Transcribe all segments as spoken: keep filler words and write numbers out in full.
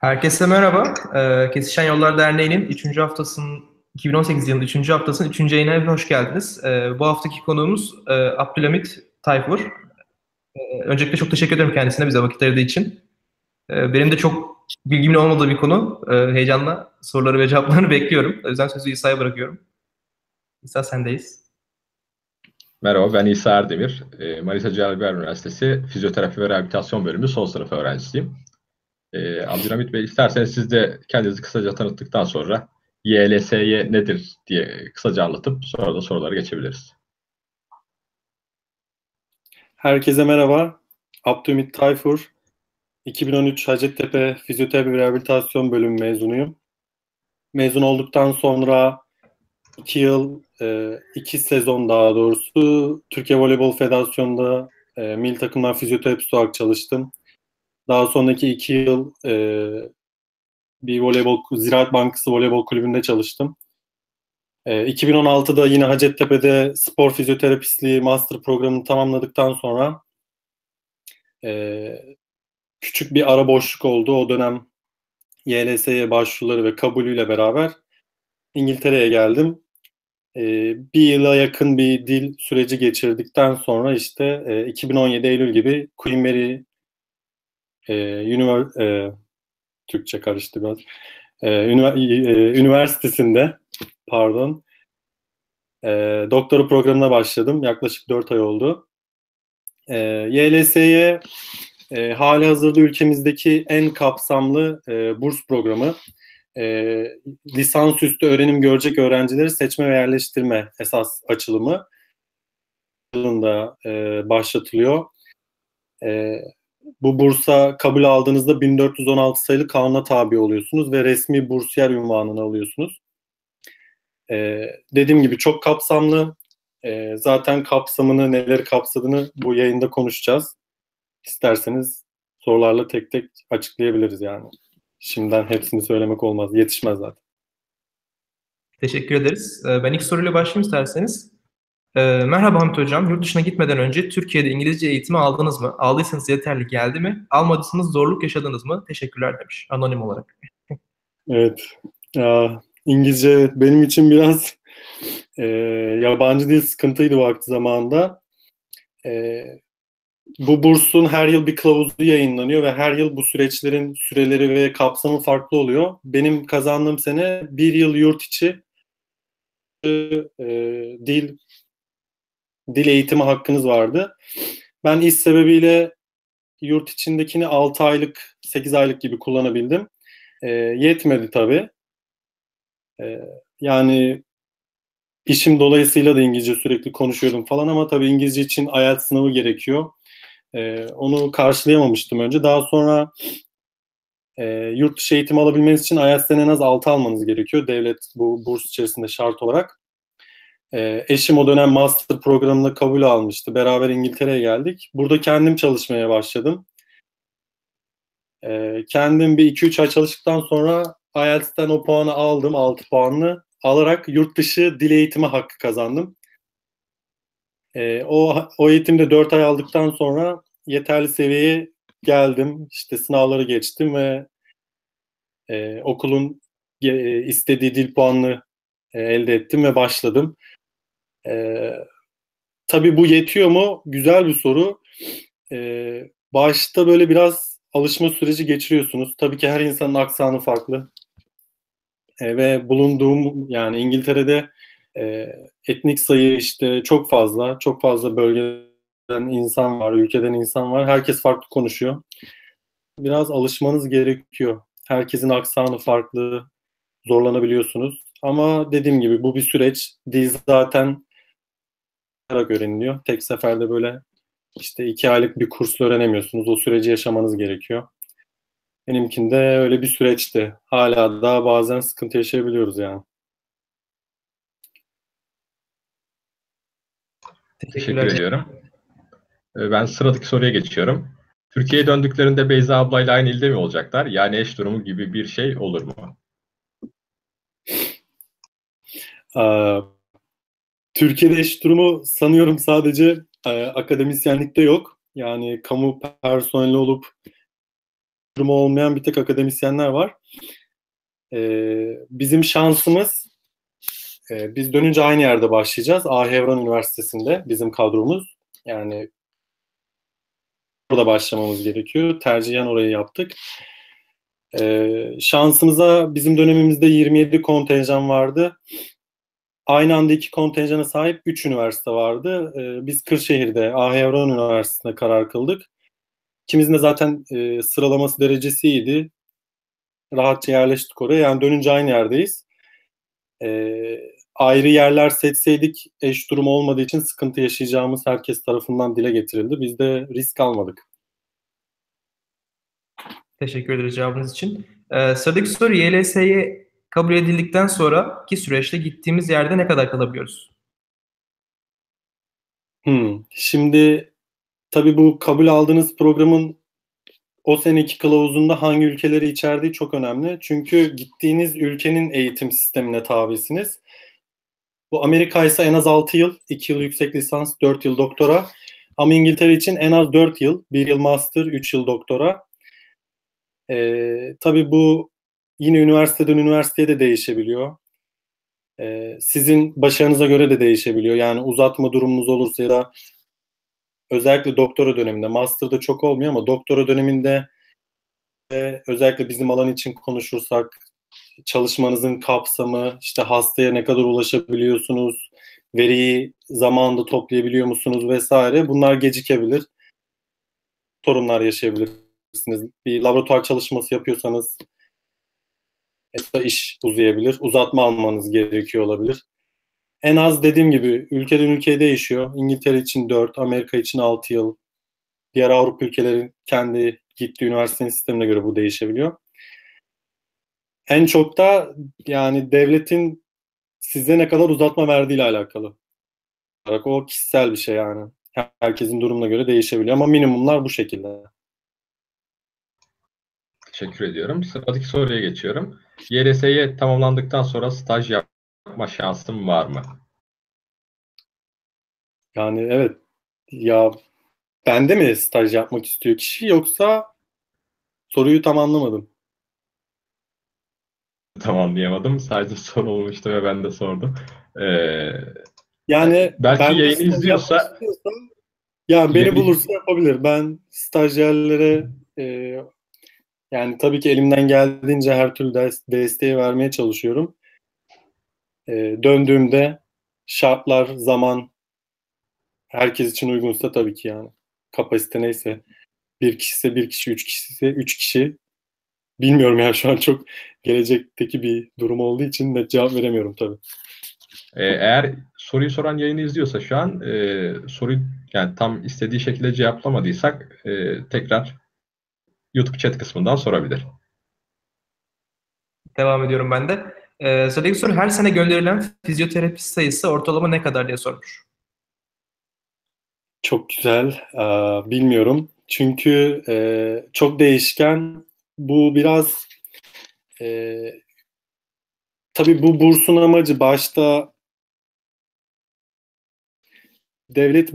Herkese merhaba. Ee, Kesişen Yollar Derneği'nin üçüncü haftasının iki bin on sekiz yılının üçüncü haftasının üçüncü yayınına hoş geldiniz. Ee, bu haftaki konuğumuz e, Abdülhamit Tayfur. Ee, öncelikle çok teşekkür ederim kendisine bize vakit ayırdığı için. Ee, benim de çok bilgimin olmadığı bir konu. Ee, heyecanla soruları ve cevaplarını bekliyorum. O yüzden sözü İsa'ya bırakıyorum. İsa sendeyiz. Merhaba, ben İsa Erdemir. E, Manisa Celal Üniversitesi Fizyoterapi ve Rehabilitasyon Bölümü son sınıf öğrencisiyim. E, Abdülhamit Bey, isterseniz siz de kendinizi kısaca tanıttıktan sonra Y L S Y nedir diye kısaca anlatıp sonra da sorulara geçebiliriz. Herkese merhaba. Abdülhamit Tayfur. iki bin on üç Hacettepe Fizyoterapi ve Rehabilitasyon Bölümü mezunuyum. Mezun olduktan sonra iki yıl, e, iki sezon daha doğrusu Türkiye Voleybol Federasyonu'nda e, milli takımlar fizyoterapisti olarak çalıştım. Daha sonraki iki yıl e, bir voleybol, Ziraat Bankası Voleybol Kulübü'nde çalıştım. E, iki bin on altıda yine Hacettepe'de spor fizyoterapistliği master programını tamamladıktan sonra e, küçük bir ara boşluk oldu. O dönem Y L S Y başvuruları ve kabulüyle beraber İngiltere'ye geldim. Ee, bir yıla yakın bir dil süreci geçirdikten sonra işte e, iki bin on yedi Eylül gibi Queen Mary e, Univer- e, Türkçe karıştı biraz. E, ünivers- e, Üniversitesinde pardon e, doktora programına başladım. Yaklaşık dört ay oldu. E, Y L S Y e, hali hazırda ülkemizdeki en kapsamlı e, burs programı. E, Lisansüstü öğrenim görecek öğrencileri seçme ve yerleştirme esas açılımı yılında e, başlatılıyor. E, Bu bursa kabul aldığınızda bin dört yüz on altı sayılı kanuna tabi oluyorsunuz ve resmi bursiyer unvanını alıyorsunuz. E, dediğim gibi çok kapsamlı. E, zaten kapsamını, neleri kapsadığını bu yayında konuşacağız. İsterseniz sorularla tek tek açıklayabiliriz yani. Şimdiden hepsini söylemek olmaz. Yetişmez zaten. Teşekkür ederiz. Ee, ben ilk soruyla başlayayım isterseniz. Ee, merhaba Hamit Hocam. Yurt dışına gitmeden önce Türkiye'de İngilizce eğitimi aldınız mı? Aldıysanız yeterli geldi mi? Almadıysanız zorluk yaşadınız mı? Teşekkürler demiş anonim olarak. Evet. Ya, İngilizce benim için biraz e, yabancı dil sıkıntıydı vakti zamanında. E, Bu bursun her yıl bir kılavuzu yayınlanıyor ve her yıl bu süreçlerin süreleri ve kapsamı farklı oluyor. Benim kazandığım sene bir yıl yurt içi e, dil dil eğitimi hakkınız vardı. Ben iş sebebiyle yurt içindekini altı aylık, sekiz aylık gibi kullanabildim. E, yetmedi tabii. E, yani işim dolayısıyla da İngilizce sürekli konuşuyordum falan ama tabii İngilizce için I E L T S sınavı gerekiyor. E, onu karşılayamamıştım önce. Daha sonra e, yurt dışı eğitim alabilmeniz için I E L T S'ten en az altı almanız gerekiyor. Devlet bu burs içerisinde şart olarak. E, eşim o dönem master programına kabul almıştı. Beraber İngiltere'ye geldik. Burada kendim çalışmaya başladım. E, kendim bir iki üç ay çalıştıktan sonra I E L T S'ten o puanı aldım, altı puanlı. Alarak yurt dışı dil eğitimi hakkı kazandım. E, o, o eğitimde dört ay aldıktan sonra yeterli seviyeye geldim. İşte sınavları geçtim ve e, okulun e, istediği dil puanını e, elde ettim ve başladım. E, tabii bu yetiyor mu? Güzel bir soru. E, başta böyle biraz alışma süreci geçiriyorsunuz. Tabii ki her insanın aksanı farklı. E, ve bulunduğum yani İngiltere'de e, etnik sayı işte çok fazla, çok fazla bölgeden insan var, ülkeden insan var. Herkes farklı konuşuyor. Biraz alışmanız gerekiyor. Herkesin aksanı farklı, zorlanabiliyorsunuz. Ama dediğim gibi bu bir süreç. Dil zaten öğreniliyor. Tek seferde böyle işte iki aylık bir kursla öğrenemiyorsunuz. O süreci yaşamanız gerekiyor. Benimkinde öyle bir süreçti. Hala daha bazen sıkıntı yaşayabiliyoruz yani. Teşekkür Teşekkürler. ediyorum. E, Ben sıradaki soruya geçiyorum. Türkiye'ye döndüklerinde Beyza ablayla aynı ilde mi olacaklar? Yani eş durumu gibi bir şey olur mu? Ee, Türkiye'de eş durumu sanıyorum sadece e, akademisyenlikte yok. Yani kamu personeli olup durumu olmayan bir tek akademisyenler var. Ee, bizim şansımız, e, biz dönünce aynı yerde başlayacağız. Ahevran Üniversitesi'nde bizim kadromuz. Yani orada başlamamız gerekiyor. Tercihen orayı yaptık. Ee, şansımıza bizim dönemimizde yirmi yedi kontenjan vardı. Aynı anda iki kontenjana sahip üç üniversite vardı. Ee, biz Kırşehir'de Ahevran Üniversitesi'ne karar kıldık. İkimizin de zaten e, sıralaması derecesi iyiydi. Rahatça yerleştik oraya. Yani dönünce aynı yerdeyiz. Ee, ayrı yerler seçseydik eş durumu olmadığı için sıkıntı yaşayacağımız herkes tarafından dile getirildi. Biz de risk almadık. Teşekkür ederiz cevabınız için. Ee, sıradaki soru, Y L S'ye kabul edildikten sonraki süreçte gittiğimiz yerde ne kadar kalabiliyoruz? Hmm. Şimdi tabii bu kabul aldığınız programın o seneki kılavuzunda hangi ülkeleri içerdiği çok önemli. Çünkü gittiğiniz ülkenin eğitim sistemine tabisiniz. Bu Amerika ise en az altı yıl, iki yıl yüksek lisans, dört yıl doktora. Ama İngiltere için en az dört yıl, bir yıl master, üç yıl doktora. Ee, tabii bu yine üniversiteden üniversiteye de değişebiliyor. Ee, sizin başarınıza göre de değişebiliyor. Yani uzatma durumunuz olursa ya da özellikle doktora döneminde, master'da çok olmuyor ama doktora döneminde e, özellikle bizim alan için konuşursak çalışmanızın kapsamı, işte hastaya ne kadar ulaşabiliyorsunuz, veriyi zamanında toplayabiliyor musunuz vesaire. Bunlar gecikebilir. Sorunlar yaşayabilirsiniz. Bir laboratuvar çalışması yapıyorsanız mesela iş uzayabilir. Uzatma almanız gerekiyor olabilir. En az dediğim gibi ülkeden ülkeye değişiyor. İngiltere için dört, Amerika için altı yıl. Diğer Avrupa ülkelerin kendi gittiği üniversitenin sistemine göre bu değişebiliyor. En çok da yani devletin size ne kadar uzatma verdiğiyle alakalı. O kişisel bir şey yani. Herkesin durumuna göre değişebiliyor ama minimumlar bu şekilde. Teşekkür ediyorum. Sıradaki soruya geçiyorum. Y L S'ye tamamlandıktan sonra staj yapma şansım var mı? Yani evet. Ya bende mi staj yapmak istiyor kişi yoksa soruyu tam anlamadım. Tamamlayamadım. Sadece soru olmuştu ve ben de sordum. Ee, Yani belki bende yayını staj yapmak izliyorsa istiyorsa yani beni yayını bulursa yapabilir. Ben stajyerlere e, yani tabii ki elimden geldiğince her türlü ders, desteği vermeye çalışıyorum. E, döndüğümde şartlar, zaman herkes için uygunsa tabii ki yani. Kapasite neyse. Bir kişiyse bir kişi, üç kişiyse üç kişi. Bilmiyorum ya şu an çok gelecekteki bir durum olduğu için net cevap veremiyorum tabii. Ee, eğer soruyu soran yayını izliyorsa şu an e, soruyu yani tam istediği şekilde cevaplamadıysak e, tekrar YouTube chat kısmından sorabilir. Devam ediyorum ben de. Ee, sıradaki soru, her sene gönderilen fizyoterapist sayısı ortalama ne kadar diye sormuş. Çok güzel. Ee, bilmiyorum. Çünkü e, çok değişken. Bu biraz e, tabii bu bursun amacı başta devlet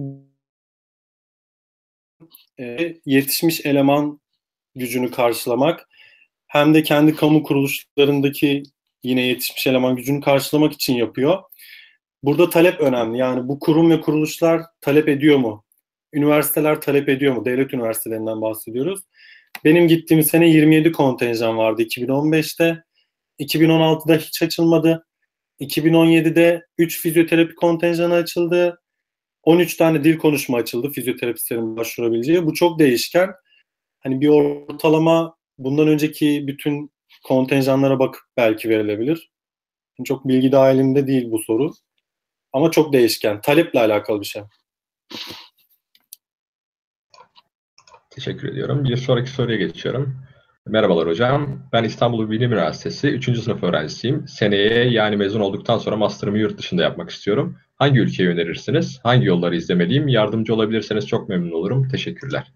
e, yetişmiş eleman gücünü karşılamak hem de kendi kamu kuruluşlarındaki yine yetişmiş eleman gücünü karşılamak için yapıyor. Burada talep önemli. Yani bu kurum ve kuruluşlar talep ediyor mu? Üniversiteler talep ediyor mu? Devlet üniversitelerinden bahsediyoruz. Benim gittiğim sene yirmi yedi kontenjan vardı iki bin on beşte. iki bin on altıda hiç açılmadı. iki bin on yedide üç fizyoterapi kontenjanı açıldı. on üç tane dil konuşma açıldı fizyoterapistlerin başvurabileceği. Bu çok değişken. Hani bir ortalama bundan önceki bütün kontenjanlara bakıp belki verilebilir. Çok bilgi dahilinde değil bu soru. Ama çok değişken. Taleple alakalı bir şey. Teşekkür ediyorum. Bir sonraki soruya geçiyorum. Merhabalar hocam. Ben İstanbul Bilim Üniversitesi üçüncü sınıf öğrencisiyim. Seneye yani mezun olduktan sonra master'ımı yurt dışında yapmak istiyorum. Hangi ülkeyi önerirsiniz? Hangi yolları izlemeliyim? Yardımcı olabilirseniz çok memnun olurum. Teşekkürler.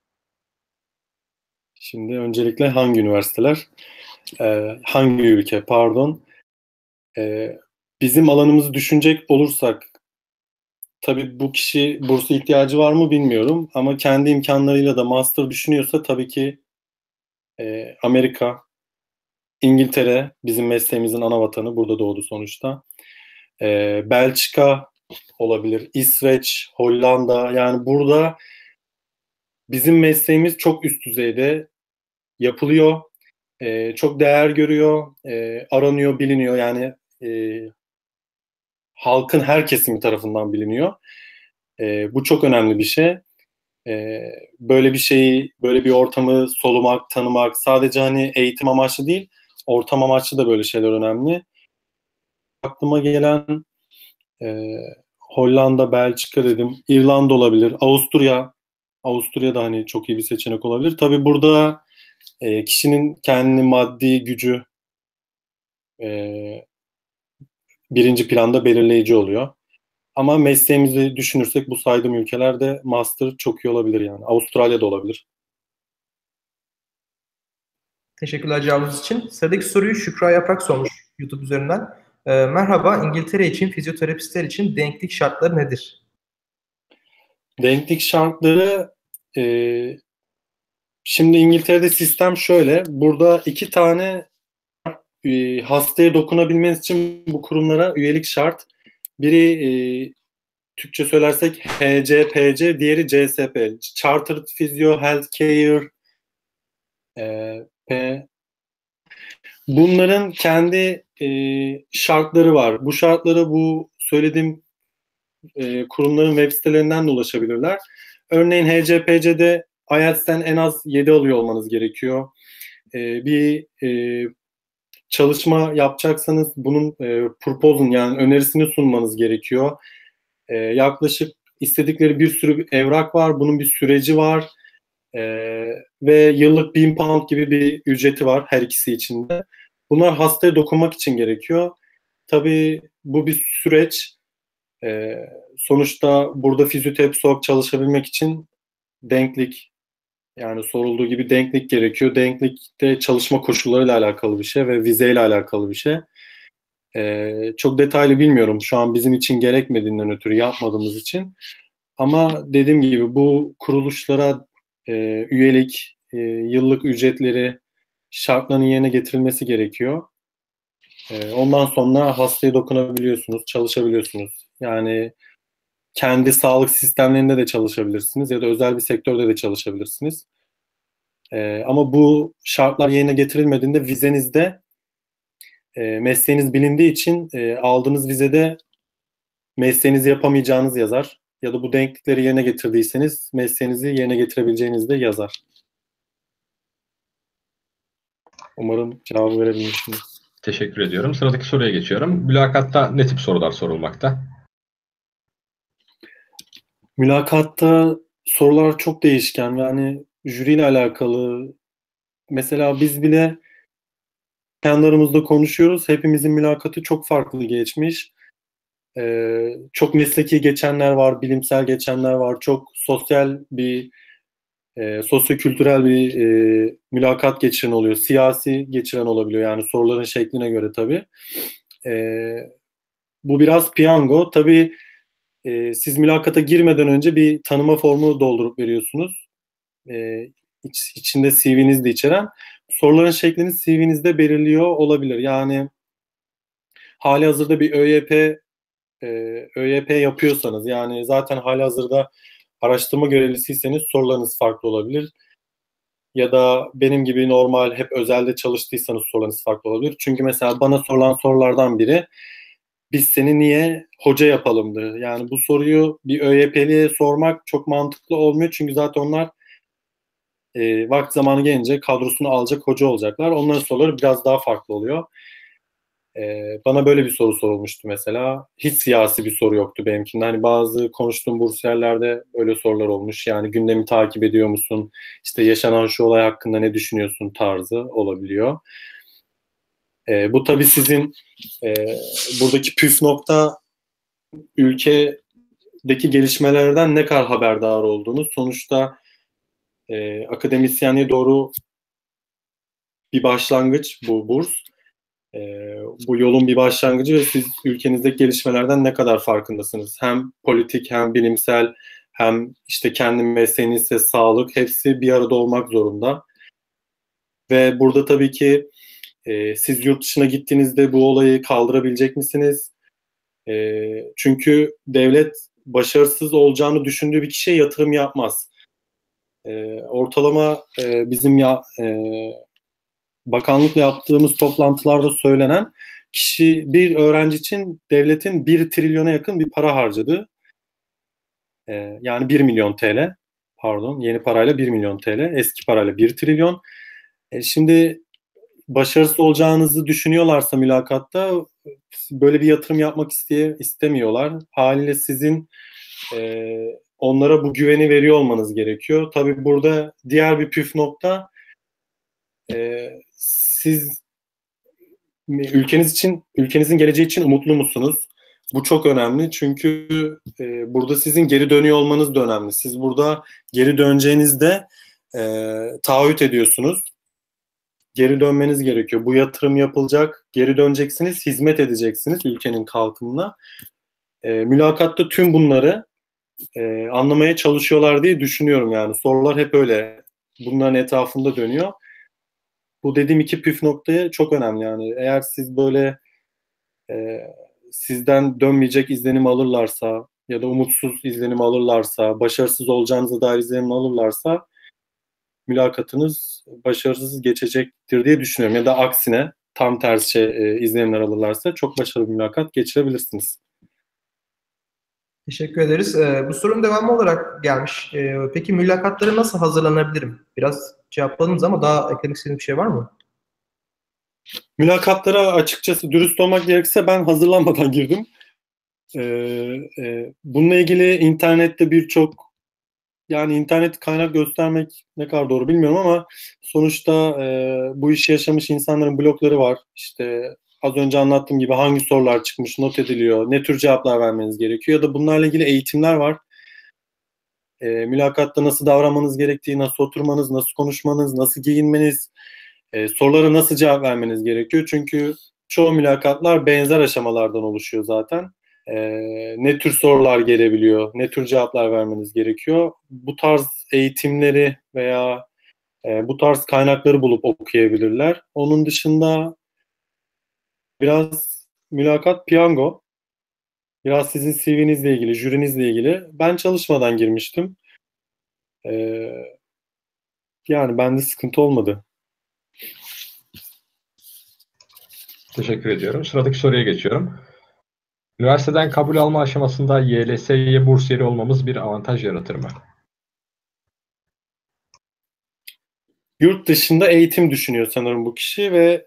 Şimdi öncelikle hangi üniversiteler? Ee, hangi ülke? Pardon. Ee, bizim alanımızı düşünecek olursak tabii bu kişi bursa ihtiyacı var mı bilmiyorum ama kendi imkanlarıyla da master düşünüyorsa tabii ki e, Amerika, İngiltere, bizim mesleğimizin ana vatanı, burada doğdu sonuçta. E, Belçika olabilir, İsveç, Hollanda. Yani burada bizim mesleğimiz çok üst düzeyde yapılıyor. E, çok değer görüyor, e, aranıyor, biliniyor. Yani e, halkın her kesimi tarafından biliniyor. E, bu çok önemli bir şey. E, böyle bir şeyi, böyle bir ortamı solumak, tanımak sadece hani eğitim amaçlı değil, ortam amaçlı da böyle şeyler önemli. Aklıma gelen e, Hollanda, Belçika dedim, İrlanda olabilir, Avusturya. Avusturya da hani çok iyi bir seçenek olabilir. Tabii burada e, kişinin kendi maddi gücü e, birinci planda belirleyici oluyor. Ama mesleğimizi düşünürsek bu saydığım ülkelerde master çok iyi olabilir yani. Avustralya'da olabilir. Teşekkürler cevabınız için. Sıradaki soruyu Şükra Yaprak sormuş YouTube üzerinden. Ee, merhaba, İngiltere için fizyoterapistler için denklik şartları nedir? Denklik şartları e, şimdi İngiltere'de sistem şöyle. Burada iki tane e, hastaya dokunabilmeniz için bu kurumlara üyelik şart. Biri e, Türkçe söylersek H C P C, diğeri C S P. Chartered Physio Healthcare e, P. Bunların kendi e, şartları var. Bu şartları bu söylediğim e, kurumların web sitelerinden de ulaşabilirler. Örneğin H C P C'de I E L T S'ten en az yedi alıyor olmanız gerekiyor. E, bir e, çalışma yapacaksanız bunun e, proposal yani önerisini sunmanız gerekiyor. E, yaklaşık istedikleri bir sürü evrak var. Bunun bir süreci var. E, ve yıllık bin pound gibi bir ücreti var her ikisi için de. Bunlar hastaya dokunmak için gerekiyor. Tabii bu bir süreç. E, sonuçta burada fizyoterapist olarak çalışabilmek için denklik yani sorulduğu gibi denklik gerekiyor. Denklik de çalışma koşullarıyla alakalı bir şey ve vizeyle alakalı bir şey. Ee, çok detaylı bilmiyorum. Şu an bizim için gerekmediğinden ötürü yapmadığımız için. Ama dediğim gibi bu kuruluşlara e, üyelik, e, yıllık ücretleri, şartların yerine getirilmesi gerekiyor. E, ondan sonra hastaya dokunabiliyorsunuz, çalışabiliyorsunuz. Yani kendi sağlık sistemlerinde de çalışabilirsiniz ya da özel bir sektörde de çalışabilirsiniz. E, ama bu şartlar yerine getirilmediğinde vizenizde e, mesleğiniz bilindiği için e, aldığınız vizede mesleğinizi yapamayacağınız yazar. Ya da bu denklikleri yerine getirdiyseniz mesleğinizi yerine getirebileceğiniz de yazar. Umarım cevabı verebilmişim. Teşekkür ediyorum. Sıradaki soruya geçiyorum. Mülakatta ne tip sorular sorulmakta? Mülakatta sorular çok değişken. Yani jüriyle alakalı. Mesela biz bile kendi aramızda konuşuyoruz. Hepimizin mülakatı çok farklı geçmiş. Ee, çok mesleki geçenler var, bilimsel geçenler var. Çok sosyal bir, e, sosyo-kültürel bir e, mülakat geçiren oluyor. Siyasi geçiren olabiliyor yani soruların şekline göre tabii. Ee, bu biraz piyango. Tabii e, siz mülakata girmeden önce bir tanıma formu doldurup veriyorsunuz. E, iç, içinde C V'niz de içeren. Soruların şeklini C V'nizde belirliyor olabilir. Yani hali hazırda bir ÖYP e, ÖYP yapıyorsanız yani zaten hali hazırda araştırma görevlisiyseniz sorularınız farklı olabilir. Ya da benim gibi normal hep özelde çalıştıysanız sorularınız farklı olabilir. Çünkü mesela bana sorulan sorulardan biri biz seni niye hoca yapalımdı? Yani bu soruyu bir ÖYP'liye sormak çok mantıklı olmuyor. Çünkü zaten onlar e, vakti zamanı gelince kadrosunu alacak hoca olacaklar. Onların soruları biraz daha farklı oluyor. E, bana böyle bir soru sorulmuştu mesela. Hiç siyasi bir soru yoktu benimkinde. Hani bazı konuştuğum bursiyerlerde öyle sorular olmuş. Yani gündemi takip ediyor musun? İşte yaşanan şu olay hakkında ne düşünüyorsun tarzı olabiliyor. E, bu tabii sizin e, buradaki püf nokta ülkedeki gelişmelerden ne kadar haberdar olduğunuz. Sonuçta e, akademisyenliğe doğru bir başlangıç bu burs. E, bu yolun bir başlangıcı ve siz ülkenizdeki gelişmelerden ne kadar farkındasınız? Hem politik hem bilimsel hem işte kendi mesleğinizse sağlık hepsi bir arada olmak zorunda. Ve burada tabii ki e, siz yurt dışına gittiğinizde bu olayı kaldırabilecek misiniz? E, çünkü devlet başarısız olacağını düşündüğü bir kişiye yatırım yapmaz. E, ortalama e, bizim ya e, bakanlıkla yaptığımız toplantılarda söylenen kişi bir öğrenci için devletin bir trilyona yakın bir para harcadı. E, yani bir milyon T L. Pardon, yeni parayla bir milyon T L, eski parayla bir trilyon. E, şimdi başarısız olacağınızı düşünüyorlarsa mülakatta böyle bir yatırım yapmak isteye, istemiyorlar. Haliyle sizin e, onlara bu güveni veriyor olmanız gerekiyor. Tabii burada diğer bir püf nokta, e, siz ülkeniz için, ülkenizin geleceği için umutlu musunuz? Bu çok önemli çünkü e, burada sizin geri dönüyor olmanız da önemli. Siz burada geri döneceğinizde e, taahhüt ediyorsunuz. Geri dönmeniz gerekiyor. Bu yatırım yapılacak, geri döneceksiniz, hizmet edeceksiniz ülkenin kalkınımına. E, mülakatta tüm bunları e, anlamaya çalışıyorlar diye düşünüyorum yani. Sorular hep öyle. Bunların etrafında dönüyor. Bu dediğim iki püf noktaya çok önemli yani. Eğer siz böyle e, sizden dönmeyecek izlenim alırlarsa ya da umutsuz izlenim alırlarsa, başarısız olacağınıza dair izlenim alırlarsa mülakatınız başarısız geçecektir diye düşünüyorum. Ya da aksine tam tersi şey, e, izlenimler alırlarsa çok başarılı bir mülakat geçirebilirsiniz. Teşekkür ederiz. Ee, bu sorunun devamı olarak gelmiş. Ee, peki mülakatlara nasıl hazırlanabilirim? Biraz cevapladınız ama daha eklemek istediğiniz bir şey var mı? Mülakatlara açıkçası dürüst olmak gerekirse ben hazırlanmadan girdim. Ee, e, bununla ilgili internette birçok, yani internet kaynak göstermek ne kadar doğru bilmiyorum ama sonuçta e, bu işi yaşamış insanların blogları var. İşte az önce anlattığım gibi hangi sorular çıkmış, not ediliyor, ne tür cevaplar vermeniz gerekiyor ya da bunlarla ilgili eğitimler var. E, mülakatta nasıl davranmanız gerektiği, nasıl oturmanız, nasıl konuşmanız, nasıl giyinmeniz, e, sorulara nasıl cevap vermeniz gerekiyor. Çünkü çoğu mülakatlar benzer aşamalardan oluşuyor zaten. E, ne tür sorular gelebiliyor, ne tür cevaplar vermeniz gerekiyor. Bu tarz eğitimleri veya e, bu tarz kaynakları bulup okuyabilirler. Onun dışında biraz mülakat piyango. Biraz sizin C V'nizle ilgili, jürinizle ilgili. Ben çalışmadan girmiştim. E, yani bende sıkıntı olmadı. Teşekkür ediyorum. Sıradaki soruya geçiyorum. Üniversiteden kabul alma aşamasında Y L S'ye bursiyeri olmamız bir avantaj yaratır mı? Yurt dışında eğitim düşünüyor sanırım bu kişi ve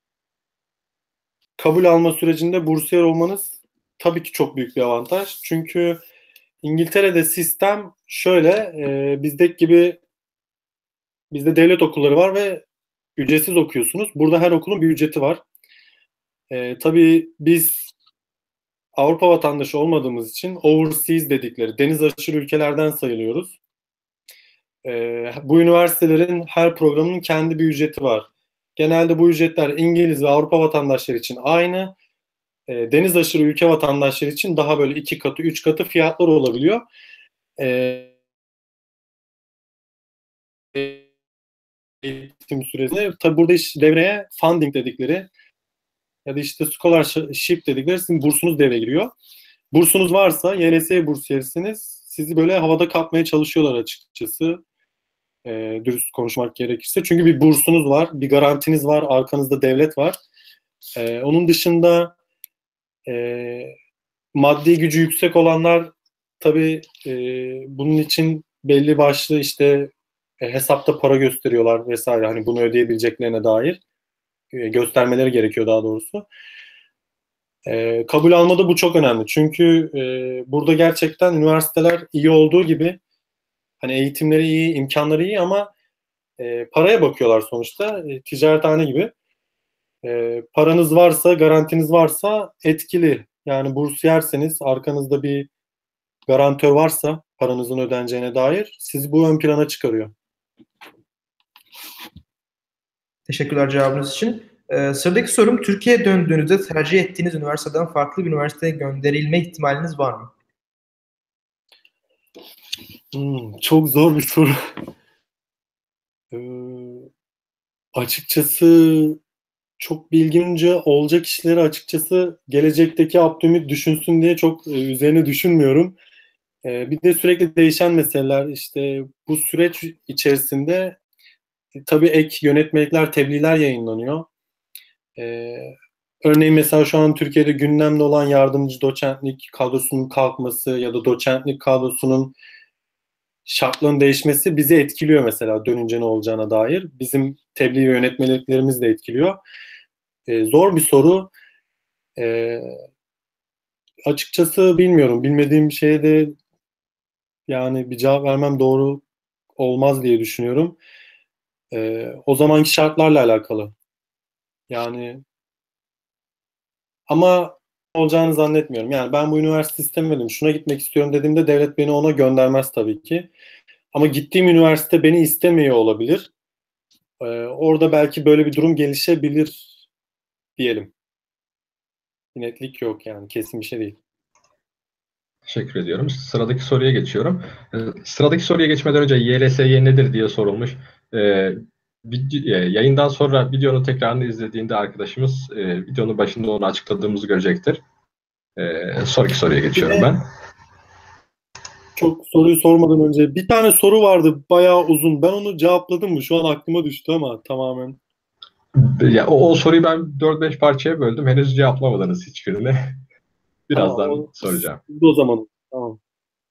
kabul alma sürecinde bursiyer olmanız tabii ki çok büyük bir avantaj. Çünkü İngiltere'de sistem şöyle, e, bizdeki gibi bizde devlet okulları var ve ücretsiz okuyorsunuz. Burada her okulun bir ücreti var. E, tabii biz Avrupa vatandaşı olmadığımız için overseas dedikleri deniz aşırı ülkelerden sayılıyoruz. E, bu üniversitelerin her programının kendi bir ücreti var. Genelde bu ücretler İngiliz ve Avrupa vatandaşları için aynı. E, deniz aşırı ülke vatandaşları için daha böyle iki katı, üç katı fiyatlar olabiliyor. E, eğitim süresinde tabii burada iş devreye funding dedikleri ya da işte scholarship dedikleri sizin bursunuz devreye giriyor. Bursunuz varsa Y L S bursiyerisiniz. Sizi böyle havada kapmaya çalışıyorlar açıkçası. E, dürüst konuşmak gerekirse. Çünkü bir bursunuz var, bir garantiniz var, arkanızda devlet var. E, onun dışında e, maddi gücü yüksek olanlar tabii e, bunun için belli başlı işte e, hesapta para gösteriyorlar vesaire. Hani bunu ödeyebileceklerine dair e, göstermeleri gerekiyor daha doğrusu. E, kabul almada bu çok önemli. Çünkü e, burada gerçekten üniversiteler iyi olduğu gibi hani eğitimleri iyi, imkanları iyi ama e, paraya bakıyorlar sonuçta. E, ticarethane gibi. E, paranız varsa, garantiniz varsa etkili. Yani burs yerseniz, arkanızda bir garantör varsa paranızın ödeneceğine dair sizi bu ön plana çıkarıyor. Teşekkürler cevabınız için. Ee, sıradaki sorum, Türkiye'ye döndüğünüzde tercih ettiğiniz üniversiteden farklı bir üniversiteye gönderilme ihtimaliniz var mı? Hmm, çok zor bir soru. Ee, Açıkçası çok bilgimce olacak işleri açıkçası gelecekteki Abdülhamit düşünsün diye çok e, üzerine düşünmüyorum. E, bir de sürekli değişen meseleler işte bu süreç içerisinde e, tabii ek yönetmelikler, tebliğler yayınlanıyor. E, Örneğin mesela şu an Türkiye'de gündemde olan yardımcı doçentlik kadrosunun kalkması ya da doçentlik kadrosunun şartların değişmesi bizi etkiliyor mesela dönünce ne olacağına dair. Bizim tebliğ ve yönetmeliklerimiz de etkiliyor. E, zor bir soru. E, Açıkçası bilmiyorum. Bilmediğim bir şeye de yani bir cevap vermem doğru olmaz diye düşünüyorum. E, o zamanki şartlarla alakalı. Yani ama olacağını zannetmiyorum. Yani ben bu üniversite istemedim, şuna gitmek istiyorum dediğimde devlet beni ona göndermez tabii ki. Ama gittiğim üniversite beni istemiyor olabilir. E, orada belki böyle bir durum gelişebilir diyelim. Bir netlik yok yani. Kesin bir şey değil. Teşekkür ediyorum. Sıradaki soruya geçiyorum. Ee, Sıradaki soruya geçmeden önce Y L S Y nedir diye sorulmuş. Ee, vid- e, yayından sonra videonun tekrarını izlediğinde arkadaşımız e, videonun başında onu açıkladığımızı görecektir. Ee, sonraki soruya Bir geçiyorum de ben. çok soruyu sormadan önce bir tane soru vardı bayağı uzun. Ben onu cevapladım mı? Şu an aklıma düştü ama tamamen. Ya, o, o soruyu ben dört beş parçaya böldüm. Henüz cevaplamadınız hiçbirini. Tamam. Birazdan O, soracağım. o zaman. Tamam.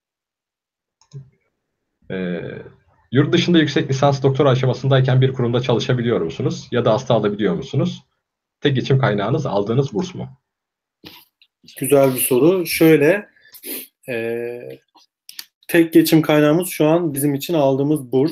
Ee, Yurt dışında yüksek lisans doktora aşamasındayken bir kurumda çalışabiliyor musunuz? Ya da hasta alabiliyor musunuz? Tek geçim kaynağınız aldığınız burs mu? Güzel bir soru. Şöyle e, tek geçim kaynağımız şu an bizim için aldığımız burs.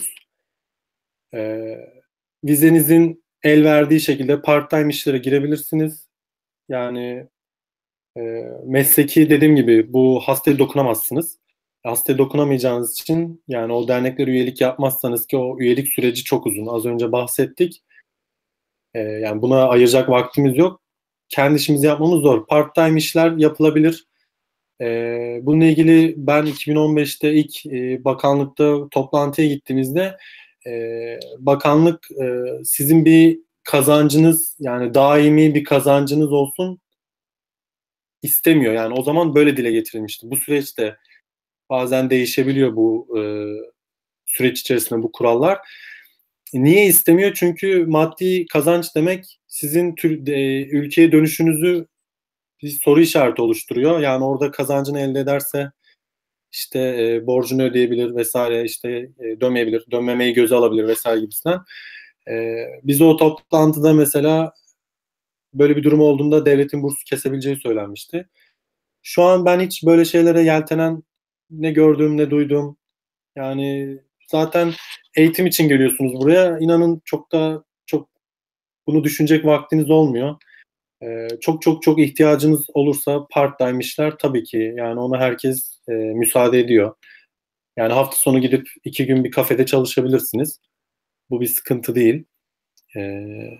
E, Vizenizin el verdiği şekilde part-time işlere girebilirsiniz. Yani e, mesleki dediğim gibi bu hastaya dokunamazsınız. Hastaya dokunamayacağınız için yani o derneklere üyelik yapmazsanız ki o üyelik süreci çok uzun. Az önce bahsettik. E, yani buna ayıracak vaktimiz yok. Kendi işimizi yapmamız zor. Part-time işler yapılabilir. E, bununla ilgili ben iki bin on beşte ilk e, bakanlıkta toplantıya gittiğimizde e, bakanlık e, sizin bir kazancınız yani daimi bir kazancınız olsun istemiyor. Yani o zaman böyle dile getirilmişti. Bu süreçte bazen değişebiliyor bu e, süreç içerisinde bu kurallar. Niye istemiyor? Çünkü maddi kazanç demek sizin tür, e, ülkeye dönüşünüzü bir soru işareti oluşturuyor. Yani orada kazancını elde ederse işte e, borcunu ödeyebilir vesaire işte e, dönmeyebilir, dönmemeyi göze alabilir vesaire gibisinden. E, biz o toplantıda mesela böyle bir durum olduğunda devletin bursu kesebileceği söylenmişti. Şu an ben hiç böyle şeylere yeltenen ne gördüm ne duydum. Yani zaten eğitim için geliyorsunuz buraya. İnanın çok da çok bunu düşünecek vaktiniz olmuyor. Ee, çok çok çok ihtiyacınız olursa part-time işler tabii ki yani ona herkes e, müsaade ediyor. Yani hafta sonu gidip iki gün bir kafede çalışabilirsiniz. Bu bir sıkıntı değil. Ee,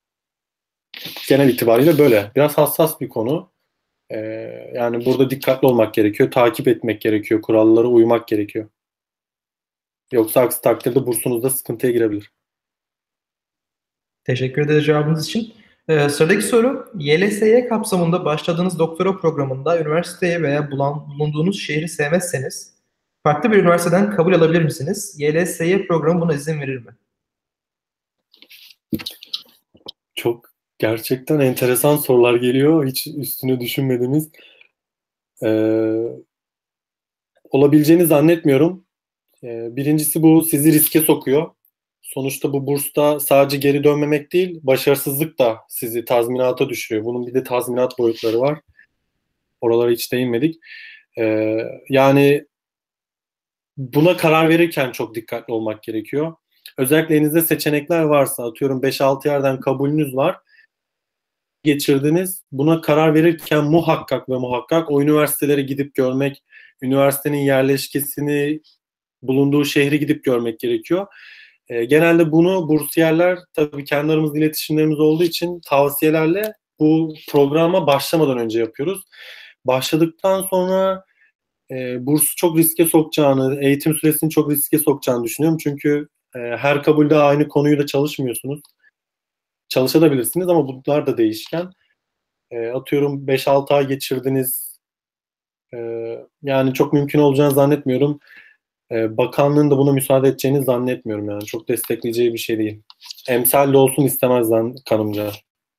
Genel itibariyle böyle. Biraz hassas bir konu. Ee, Yani burada dikkatli olmak gerekiyor, takip etmek gerekiyor, kurallara uymak gerekiyor. Yoksa aksi takdirde bursunuzda sıkıntıya girebilir. Teşekkür ederiz cevabınız için. Ee, sıradaki soru, Y L S Y kapsamında başladığınız doktora programında üniversiteye veya bulan, bulunduğunuz şehri sevmezseniz farklı bir üniversiteden kabul alabilir misiniz? Y L S Y programı buna izin verir mi? Çok gerçekten enteresan sorular geliyor. Hiç üstüne düşünmediğimiz. Ee, Olabileceğini zannetmiyorum. Ee, birincisi bu sizi riske sokuyor. Sonuçta bu bursta sadece geri dönmemek değil, başarısızlık da sizi tazminata düşürüyor. Bunun bir de tazminat boyutları var. Oralara hiç değinmedik. Ee, yani buna karar verirken çok dikkatli olmak gerekiyor. Özellikle elinizde seçenekler varsa, atıyorum beş altı yerden kabulünüz var, geçirdiniz. Buna karar verirken muhakkak ve muhakkak o üniversitelere gidip görmek, üniversitenin yerleşkesini, bulunduğu şehri gidip görmek gerekiyor. E, genelde bunu bursiyerler tabii kendi aramızda iletişimlerimiz olduğu için tavsiyelerle bu programa başlamadan önce yapıyoruz. Başladıktan sonra e, bursu çok riske sokacağını, eğitim süresini çok riske sokacağını düşünüyorum. Çünkü e, her kabulde aynı konuyu da çalışmıyorsunuz. çalışabilirsiniz ama bunlar da değişken. E, atıyorum beş altı ay geçirdiniz. E, yani çok mümkün olacağını zannetmiyorum. E, bakanlığın da buna müsaade edeceğini zannetmiyorum yani. Çok destekleyeceği bir şey değil. Emsal de olsun istemez zan kanımca.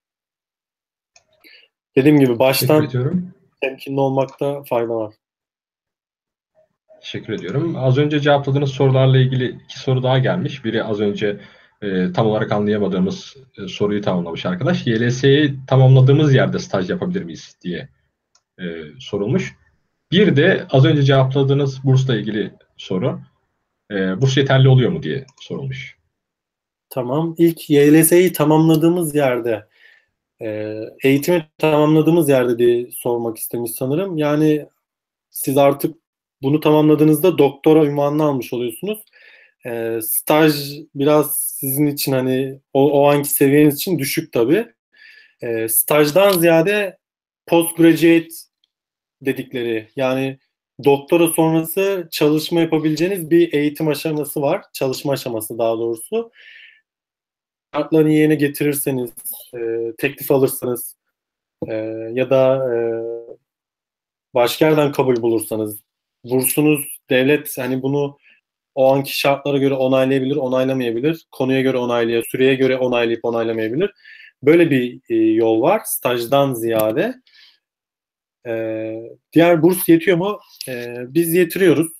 Dediğim gibi baştan temkinli olmakta fayda var. Teşekkür ediyorum. Az önce cevapladığınız sorularla ilgili iki soru daha gelmiş. Biri az önce e, tam olarak anlayamadığımız e, soruyu tamamlamış arkadaş. Y L S'yi tamamladığımız yerde staj yapabilir miyiz diye e, sorulmuş. Bir de az önce cevapladığınız bursla ilgili soru. E, burs yeterli oluyor mu diye sorulmuş. Tamam. İlk Y L S'yi tamamladığımız yerde, e, eğitimi tamamladığımız yerde diye sormak istemiş sanırım. Yani siz artık bunu tamamladığınızda doktora unvanını almış oluyorsunuz. E, staj biraz sizin için hani o, o anki seviyeniz için düşük tabii. E, stajdan ziyade postgraduate dedikleri yani doktora sonrası çalışma yapabileceğiniz bir eğitim aşaması var. Çalışma aşaması daha doğrusu. Şartlarını yerine getirirseniz, e, teklif alırsanız e, ya da e, başka yerden kabul bulursanız, bursunuz devlet hani bunu o anki şartlara göre onaylayabilir, onaylamayabilir. Konuya göre onaylayabilir, süreye göre onaylayıp onaylamayabilir. Böyle bir e, yol var stajdan ziyade. E, diğer burs yetiyor mu? E, biz yetiriyoruz.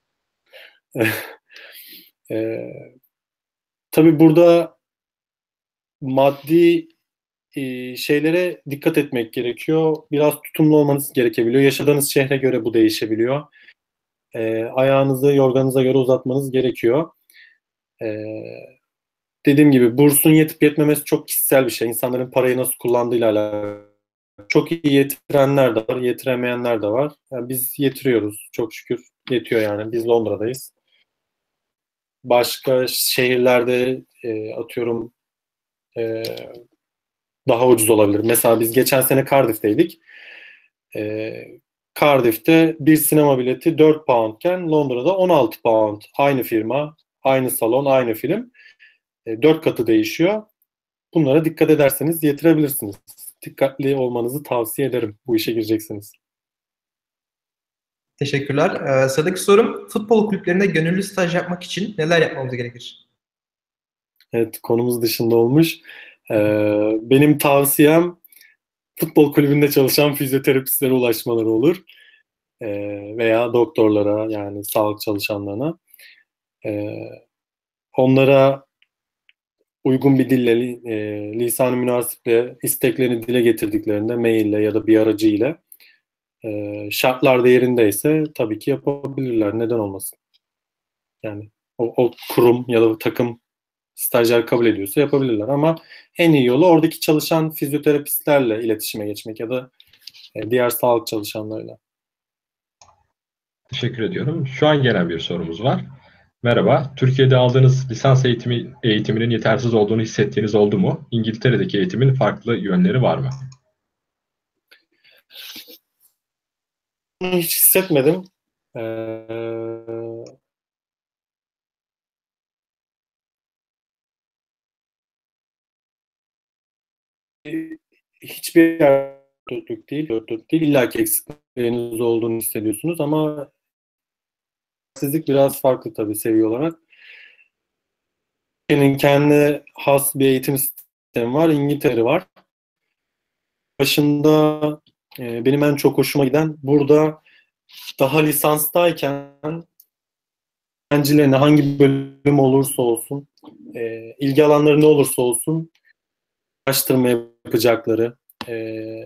e, tabii burada maddi e, şeylere dikkat etmek gerekiyor. Biraz tutumlu olmanız gerekebiliyor. Yaşadığınız şehre göre bu değişebiliyor. E, ayağınızı yorganınıza göre uzatmanız gerekiyor. E, dediğim gibi bursun yetip yetmemesi çok kişisel bir şey. İnsanların parayı nasıl kullandığıyla alakalı. Çok iyi yetirenler de var, yetiremeyenler de var. Yani biz yetiriyoruz. Çok şükür yetiyor yani. Biz Londra'dayız. Başka şehirlerde e, atıyorum e, daha ucuz olabilir. Mesela biz geçen sene Cardiff'teydik. Ee, Cardiff'te bir sinema bileti dört poundken Londra'da on altı pound. Aynı firma, aynı salon, aynı film. E, dört katı değişiyor. Bunlara dikkat ederseniz yetirebilirsiniz. Dikkatli olmanızı tavsiye ederim bu işe gireceksiniz. Teşekkürler. Ee, sıradaki sorum, futbol kulüplerinde gönüllü staj yapmak için neler yapmamız gerekir? Evet, konumuz dışında olmuş. Ee, benim tavsiyem futbol kulübünde çalışan fizyoterapistlere ulaşmaları olur. Ee, veya doktorlara yani sağlık çalışanlarına. Ee, onlara uygun bir dille, e, lisan-ı münasiple isteklerini dile getirdiklerinde maille ya da bir aracıyla e, şartlar da yerindeyse tabii ki yapabilirler. Neden olmasın? Yani o, o kurum ya da takım stajyer kabul ediyorsa yapabilirler ama en iyi yolu oradaki çalışan fizyoterapistlerle iletişime geçmek ya da e, diğer sağlık çalışanlarıyla. Teşekkür ediyorum. Şu an gelen bir sorumuz var. Merhaba, Türkiye'de aldığınız lisans eğitimi eğitiminin yetersiz olduğunu hissettiğiniz oldu mu? İngiltere'deki eğitimin farklı yönleri var mı? Hiç hissetmedim. Ee, hiçbir yer dörtlük değil, dörtlük değil. İlla ki eksikleriniz olduğunu hissediyorsunuz ama sizlik biraz farklı tabii seviye olarak. Türkiye'nin kendi has bir eğitim sistemi var. İngiltere var. Başında e, benim en çok hoşuma giden burada daha lisanstayken öğrencilerine hangi bölüm olursa olsun, e, ilgi alanları ne olursa olsun araştırma yapacakları, e,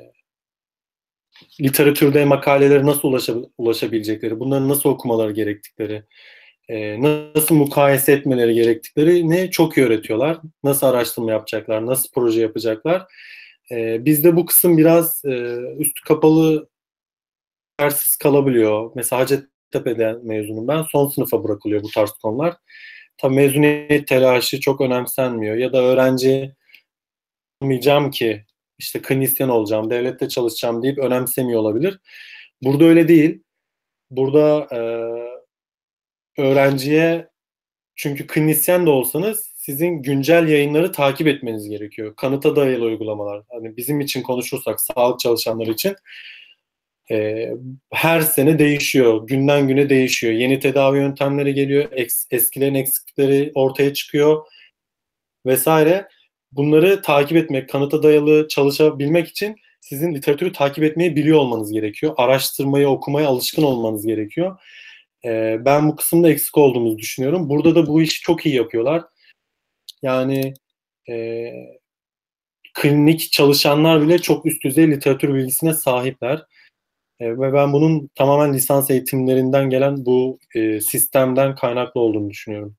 literatürde makalelere nasıl ulaşab- ulaşabilecekleri, bunları nasıl okumaları gerektikleri, e, nasıl mukayese etmeleri gerektikleri ne çok iyi öğretiyorlar. Nasıl araştırma yapacaklar, nasıl proje yapacaklar. E, bizde bu kısım biraz e, üstü kapalı, yersiz kalabiliyor. Mesela Hacettepe'den mezunum ben. Son sınıfa bırakılıyor bu tarz konular. Tabii mezuniyet telaşı çok önemsenmiyor. Ya da öğrenci olmayacağım ki işte klinisyen olacağım, devlette çalışacağım deyip önemsemiyor olabilir. Burada öyle değil. Burada e, öğrenciye çünkü klinisyen de olsanız sizin güncel yayınları takip etmeniz gerekiyor. Kanıta dayalı uygulamalar. Hani bizim için konuşursak, sağlık çalışanları için e, her sene değişiyor. Günden güne değişiyor. Yeni tedavi yöntemleri geliyor. Es, eskilerin eksiklikleri ortaya çıkıyor vesaire. Bunları takip etmek, kanıta dayalı çalışabilmek için sizin literatürü takip etmeyi biliyor olmanız gerekiyor. Araştırmayı, okumaya alışkın olmanız gerekiyor. Ee, ben bu kısımda eksik olduğumuzu düşünüyorum. Burada da bu işi çok iyi yapıyorlar. Yani e, klinik çalışanlar bile çok üst düzey literatür bilgisine sahipler. E, ve ben bunun tamamen lisans eğitimlerinden gelen bu e, sistemden kaynaklı olduğunu düşünüyorum.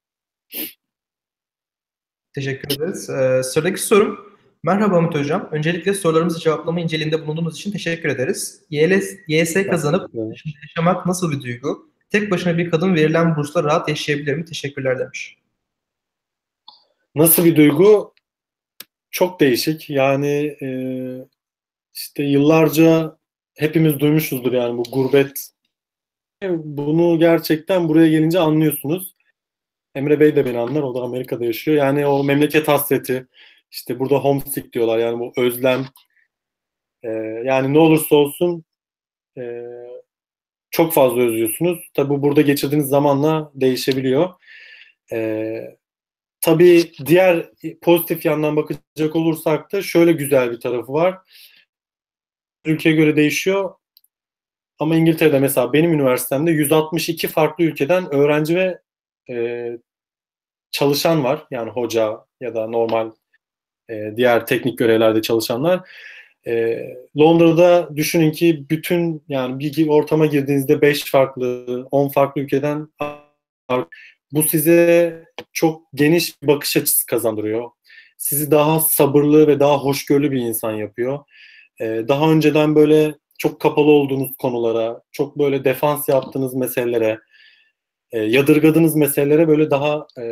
Teşekkür ederiz. Ee, sıradaki sorum. Merhaba Umut Hocam. Öncelikle sorularımızı cevaplama inceliğinde bulunduğunuz için teşekkür ederiz. Y L S, Y S kazanıp dışında yaşamak nasıl bir duygu? Tek başına bir kadın verilen bursla rahat yaşayabilir mi? Teşekkürler demiş. Nasıl bir duygu? Çok değişik. Yani e, işte yıllarca hepimiz duymuşuzdur yani bu gurbet. Bunu gerçekten buraya gelince anlıyorsunuz. Emre Bey de beni anlar. O da Amerika'da yaşıyor. Yani o memleket hasreti, işte burada homesick diyorlar. Yani bu özlem. Ee, yani ne olursa olsun e, çok fazla özlüyorsunuz. Tabii bu burada geçirdiğiniz zamanla değişebiliyor. Ee, tabii diğer pozitif yandan bakacak olursak da şöyle güzel bir tarafı var. Ülkeye göre değişiyor. Ama İngiltere'de mesela benim üniversitemde yüz altmış iki farklı ülkeden öğrenci ve e, çalışan var. Yani hoca ya da normal e, diğer teknik görevlerde çalışanlar. E, Londra'da düşünün ki bütün yani bir ortama girdiğinizde beş farklı, on farklı ülkeden bu size çok geniş bir bakış açısı kazandırıyor. Sizi daha sabırlı ve daha hoşgörülü bir insan yapıyor. E, daha önceden böyle çok kapalı olduğunuz konulara, çok böyle defans yaptığınız meselelere, e, yadırgadığınız meselelere böyle daha e,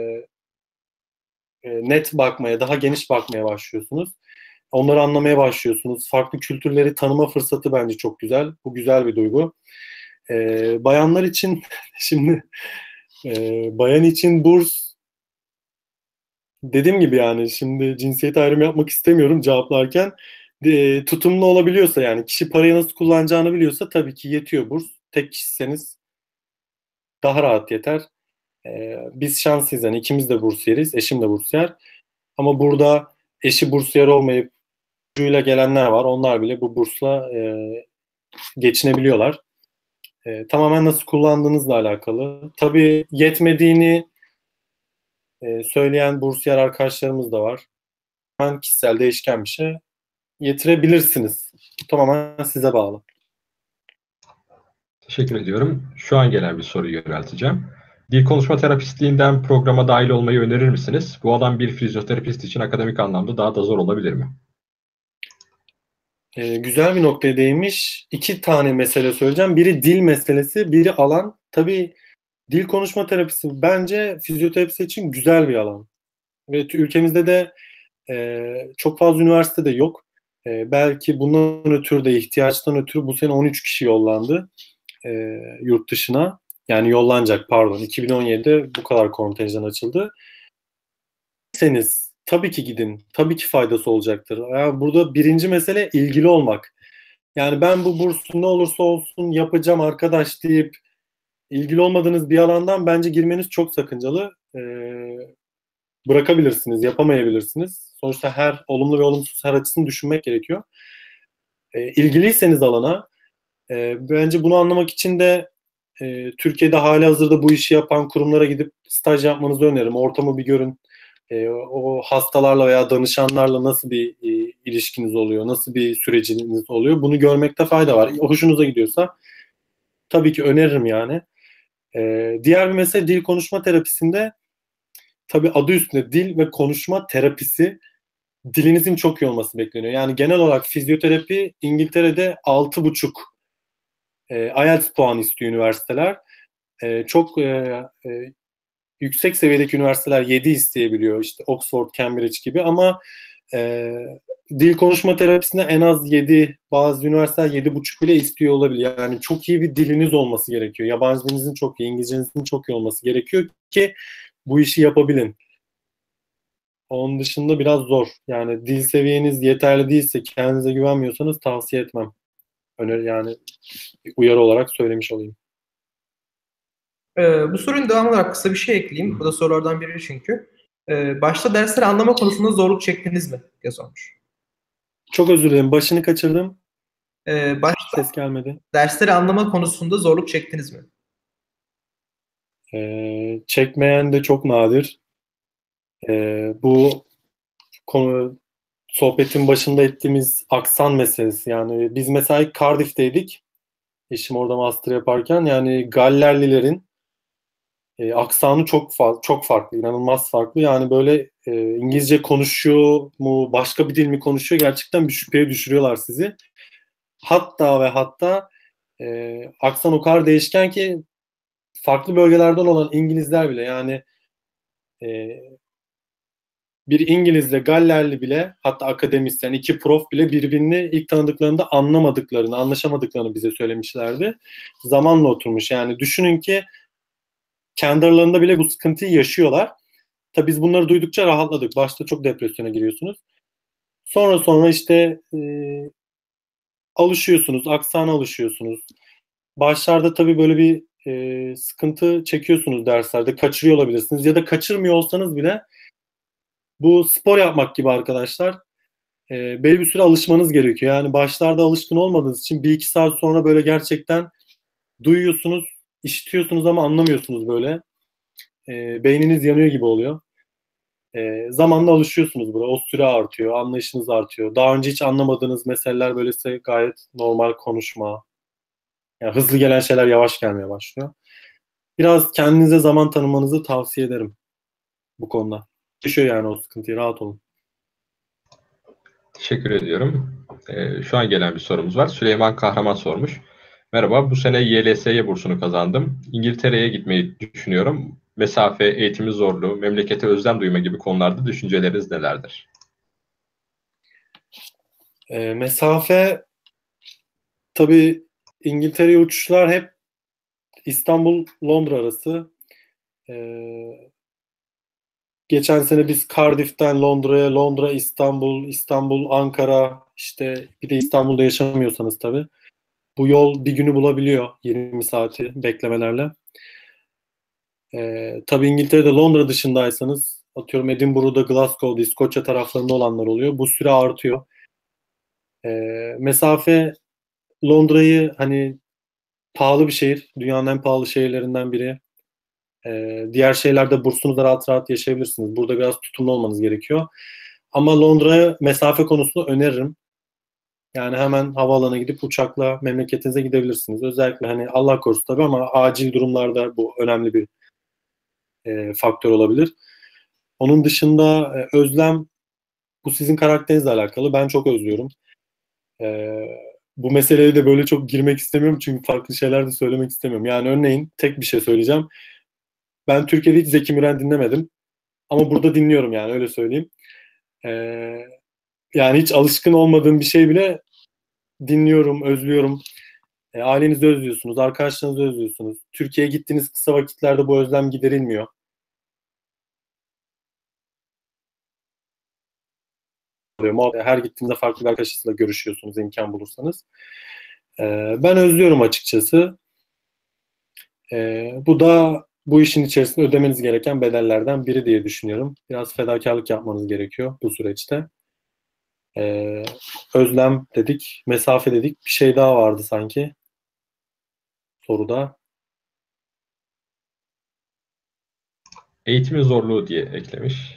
e, net bakmaya, daha geniş bakmaya başlıyorsunuz. Onları anlamaya başlıyorsunuz. Farklı kültürleri tanıma fırsatı bence çok güzel. Bu güzel bir duygu. E, bayanlar için şimdi e, bayan için burs dediğim gibi yani şimdi cinsiyet ayrımı yapmak istemiyorum cevaplarken. E, tutumlu olabiliyorsa yani kişi parayı nasıl kullanacağını biliyorsa tabii ki yetiyor burs. Tek kişiseniz daha rahat yeter. E, biz şanslıyız yani ikimiz de bursiyeriz. Eşim de bursiyer. Ama burada eşi bursiyer olmayıp çocuğuyla gelenler var. Onlar bile bu bursla e, geçinebiliyorlar. E, tamamen nasıl kullandığınızla alakalı. Tabii yetmediğini e, söyleyen bursiyer arkadaşlarımız da var. Tamamen kişisel değişken bir şey. Yetirebilirsiniz. Bu tamamen size bağlı. Teşekkür ediyorum. Şu an gelen bir soruyu yönelteceğim. Dil konuşma terapistliğinden programa dahil olmayı önerir misiniz? Bu alan bir fizyoterapist için akademik anlamda daha da zor olabilir mi? Ee, güzel bir noktaya değinmiş. İki tane mesele söyleyeceğim. Biri dil meselesi, biri alan. Tabii dil konuşma terapisi bence fizyoterapisi için güzel bir alan. Ve ülkemizde de e, çok fazla üniversitede yok. E, belki bundan ötürü de ihtiyaçtan ötürü bu sene on üç kişi yollandı e, yurt dışına. Yani yollanacak pardon. iki bin on yedide bu kadar kontenjan açıldı. Seniz tabii ki gidin. Tabii ki faydası olacaktır. Yani burada birinci mesele ilgili olmak. Yani ben bu bursu ne olursa olsun yapacağım arkadaş deyip ilgili olmadığınız bir alandan bence girmeniz çok sakıncalı. Ee, bırakabilirsiniz, yapamayabilirsiniz. Sonuçta her olumlu ve olumsuz her açısını düşünmek gerekiyor. Ee, ilgiliyseniz alana e, bence bunu anlamak için de e, Türkiye'de halihazırda bu işi yapan kurumlara gidip staj yapmanızı öneririm. Ortamı bir görün. E, o hastalarla veya danışanlarla nasıl bir e, ilişkiniz oluyor, nasıl bir süreciniz oluyor bunu görmekte fayda var. Hoşunuza gidiyorsa tabii ki öneririm yani. E, diğer bir mesele dil konuşma terapisinde tabii adı üstünde dil ve konuşma terapisi dilinizin çok iyi olması bekleniyor. Yani genel olarak fizyoterapi İngiltere'de altı buçuk e, I E L T S puanı istiyor üniversiteler. E, çok e, e, yüksek seviyedeki üniversiteler yedi isteyebiliyor. İşte Oxford, Cambridge gibi ama e, dil konuşma terapisinde en az yedi, bazı üniversiteler yedi buçuk bile istiyor olabilir. Yani çok iyi bir diliniz olması gerekiyor. Yabancı dilinizin çok iyi, İngilizcenizin çok iyi olması gerekiyor ki bu işi yapabilin. Onun dışında biraz zor. Yani dil seviyeniz yeterli değilse, kendinize güvenmiyorsanız tavsiye etmem. Öneri yani uyarı olarak söylemiş olayım. Ee, bu sorunun devamı olarak kısa bir şey ekleyeyim. Bu da sorulardan biri çünkü. Ee, başta dersleri anlama konusunda zorluk çektiniz mi diye sormuş. Çok özür dilerim. Başını kaçırdım. Ee, başta Ses gelmedi. dersleri anlama konusunda zorluk çektiniz mi? Ee, çekmeyen de çok nadir. Ee, bu konu sohbetin başında ettiğimiz aksan meselesi. Yani biz mesela Cardiff'teydik. Eşim orada master yaparken yani Gallerlilerin e, aksanı çok fa- çok farklı, inanılmaz farklı. Yani böyle e, İngilizce konuşuyor mu, başka bir dil mi konuşuyor gerçekten bir şüpheye düşürüyorlar sizi. Hatta ve hatta e, aksan o kadar değişken ki farklı bölgelerden olan İngilizler bile yani e, bir İngilizle Gallerli bile hatta akademisyen iki prof bile birbirini ilk tanıdıklarında anlamadıklarını, anlaşamadıklarını bize söylemişlerdi. Zamanla oturmuş. Yani düşünün ki kendi aralarında bile bu sıkıntıyı yaşıyorlar. Tabii biz bunları duydukça rahatladık. Başta çok depresyona giriyorsunuz. Sonra sonra işte e, alışıyorsunuz, aksana alışıyorsunuz. Başlarda tabii böyle bir e, sıkıntı çekiyorsunuz derslerde. Kaçırıyor olabilirsiniz. Ya da kaçırmıyor olsanız bile bu spor yapmak gibi arkadaşlar. E, belli bir süre alışmanız gerekiyor. Yani başlarda alışkın olmadığınız için bir iki saat sonra böyle gerçekten duyuyorsunuz, işitiyorsunuz ama anlamıyorsunuz böyle. E, beyniniz yanıyor gibi oluyor. E, zamanla alışıyorsunuz buna. O süre artıyor, anlayışınız artıyor. Daha önce hiç anlamadığınız meseleler böylese gayet normal konuşma. Yani hızlı gelen şeyler yavaş gelmeye başlıyor. Biraz kendinize zaman tanımanızı tavsiye ederim bu konuda. Düşüyor yani o sıkıntıyı, rahat olun. Teşekkür ediyorum. Ee, şu an gelen bir sorumuz var. Süleyman Kahraman sormuş. Merhaba, bu sene Y L S bursunu kazandım. İngiltere'ye gitmeyi düşünüyorum. Mesafe, eğitimi zorluğu, memlekete özlem duyma gibi konularda düşünceleriniz nelerdir? E, mesafe tabii İngiltere'ye uçuşlar hep İstanbul-Londra arası. E, geçen sene biz Cardiff'ten Londra'ya, Londra, İstanbul, İstanbul, Ankara, işte bir de İstanbul'da yaşamıyorsanız tabii. Bu yol bir günü bulabiliyor yirmi saati beklemelerle. Ee, tabii İngiltere'de Londra dışındaysanız atıyorum Edinburgh'da, Glasgow'da, İskoçya taraflarında olanlar oluyor. Bu süre artıyor. Ee, mesafe Londra'yı hani pahalı bir şehir. Dünyanın en pahalı şehirlerinden biri. Ee, diğer şehirlerde bursunuzda rahat rahat yaşayabilirsiniz. Burada biraz tutumlu olmanız gerekiyor. Ama Londra'ya mesafe konusunda öneririm. Yani hemen havaalanına gidip uçakla memleketinize gidebilirsiniz. Özellikle hani Allah korusun tabii ama acil durumlarda bu önemli bir e, faktör olabilir. Onun dışında e, özlem bu sizin karakterinizle alakalı. Ben çok özlüyorum. E, bu meseleye de böyle çok girmek istemiyorum çünkü farklı şeyler de söylemek istemiyorum. Yani örneğin tek bir şey söyleyeceğim. Ben Türkiye'de hiç Zeki Müren dinlemedim. Ama burada dinliyorum yani öyle söyleyeyim. E, yani hiç alışkın olmadığım bir şey bile dinliyorum, özlüyorum. E, ailenizi özlüyorsunuz, arkadaşlarınızı özlüyorsunuz. Türkiye'ye gittiğiniz kısa vakitlerde bu özlem giderilmiyor. Her gittiğinizde farklı bir arkadaşınızla görüşüyorsunuz imkan bulursanız. E, ben özlüyorum açıkçası. E, bu da bu işin içerisinde ödemeniz gereken bedellerden biri diye düşünüyorum. Biraz fedakarlık yapmanız gerekiyor bu süreçte. E, özlem dedik, mesafe dedik. Bir şey daha vardı sanki soruda. Eğitimin zorluğu diye eklemiş.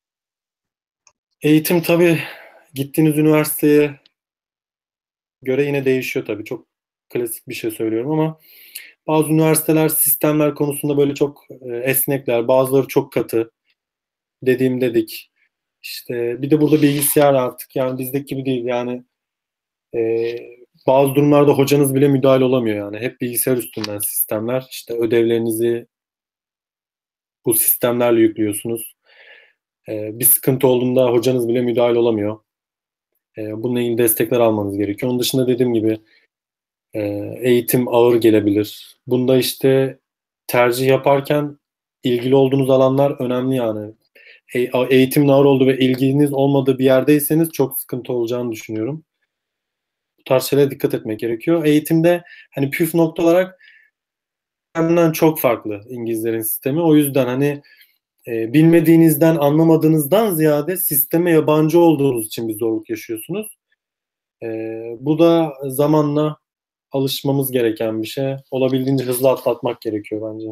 Eğitim tabii gittiğiniz üniversiteye göre yine değişiyor tabii. Çok klasik bir şey söylüyorum ama bazı üniversiteler sistemler konusunda böyle çok e, esnekler. Bazıları çok katı. Dediğim dedik. İşte bir de burada bilgisayar artık yani bizdeki gibi değil. Yani e, bazı durumlarda hocanız bile müdahale olamıyor yani. Hep bilgisayar üstünden sistemler. İşte ödevlerinizi bu sistemlerle yüklüyorsunuz. E, bir sıkıntı olduğunda hocanız bile müdahale olamıyor. E, bununla ilgili destekler almanız gerekiyor. Onun dışında dediğim gibi e, eğitim ağır gelebilir. Bunda işte tercih yaparken ilgili olduğunuz alanlar önemli yani. e- eğitimin ağır olduğu ve ilginiz olmadığı bir yerdeyseniz çok sıkıntı olacağını düşünüyorum. Bu tarz şeylere dikkat etmek gerekiyor. Eğitimde hani püf nokta olarak sistemden çok farklı İngilizlerin sistemi. O yüzden hani e, bilmediğinizden, anlamadığınızdan ziyade sisteme yabancı olduğunuz için bir zorluk yaşıyorsunuz. E, bu da zamanla alışmamız gereken bir şey. Olabildiğince hızlı atlatmak gerekiyor bence.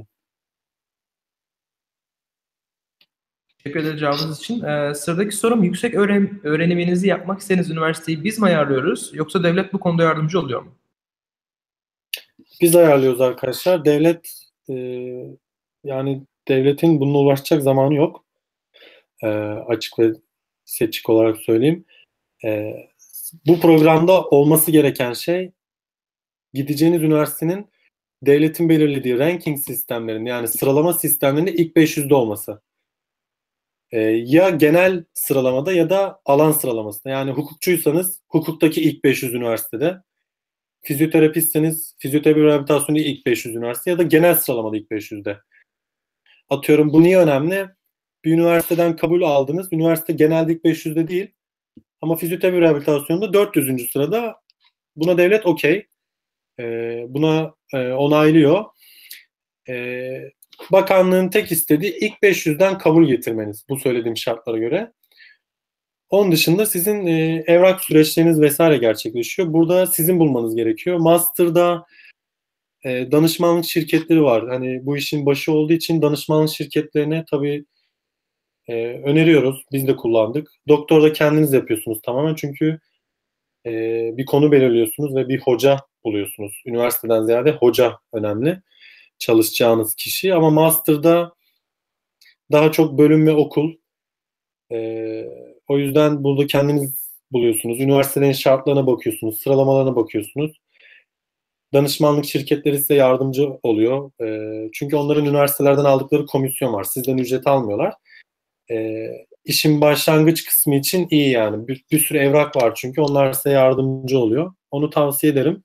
Teşekkür ederim cevabınız için. Ee, sıradaki sorum, yüksek öğren öğreniminizi yapmak istediğiniz üniversiteyi biz mi ayarlıyoruz yoksa devlet bu konuda yardımcı oluyor mu? Biz ayarlıyoruz arkadaşlar. Devlet e, yani devletin bununla uğraşacak zamanı yok. E, açık ve seçik olarak söyleyeyim. E, bu programda olması gereken şey gideceğiniz üniversitenin devletin belirlediği ranking sistemlerinde yani sıralama sistemlerinde ilk beş yüzde olması. E, ya genel sıralamada ya da alan sıralamasında. Yani hukukçuysanız hukuktaki ilk beş yüz üniversitede, fizyoterapistseniz fizyoterapi rehabilitasyonu ilk beş yüz üniversite ya da genel sıralamada ilk beş yüzde. Atıyorum bu niye önemli? Bir üniversiteden kabul aldınız. Üniversite genelde ilk beş yüzde değil. Ama fizyoterapi rehabilitasyonunda dört yüzüncü sırada. Buna devlet okey. Ee, buna e, onaylıyor. Ee, bakanlığın tek istediği ilk beş yüzden kabul getirmeniz. Bu söylediğim şartlara göre. Onun dışında sizin e, evrak süreçleriniz vesaire gerçekleşiyor. Burada sizin bulmanız gerekiyor. Master'da e, danışmanlık şirketleri var. Hani bu işin başı olduğu için danışmanlık şirketlerine tabii e, öneriyoruz. Biz de kullandık. Doktorda kendiniz yapıyorsunuz tamamen çünkü e, bir konu belirliyorsunuz ve bir hoca buluyorsunuz. Üniversiteden ziyade hoca önemli. Çalışacağınız kişi ama master'da daha çok bölüm ve okul. E, o yüzden burada kendiniz buluyorsunuz. Üniversitelerin şartlarına bakıyorsunuz, sıralamalarına bakıyorsunuz. Danışmanlık şirketleri size yardımcı oluyor. E, çünkü onların üniversitelerden aldıkları komisyon var. Sizden ücret almıyorlar. E, işin başlangıç kısmı için iyi yani. Bir, bir sürü evrak var çünkü onlar size yardımcı oluyor. Onu tavsiye ederim.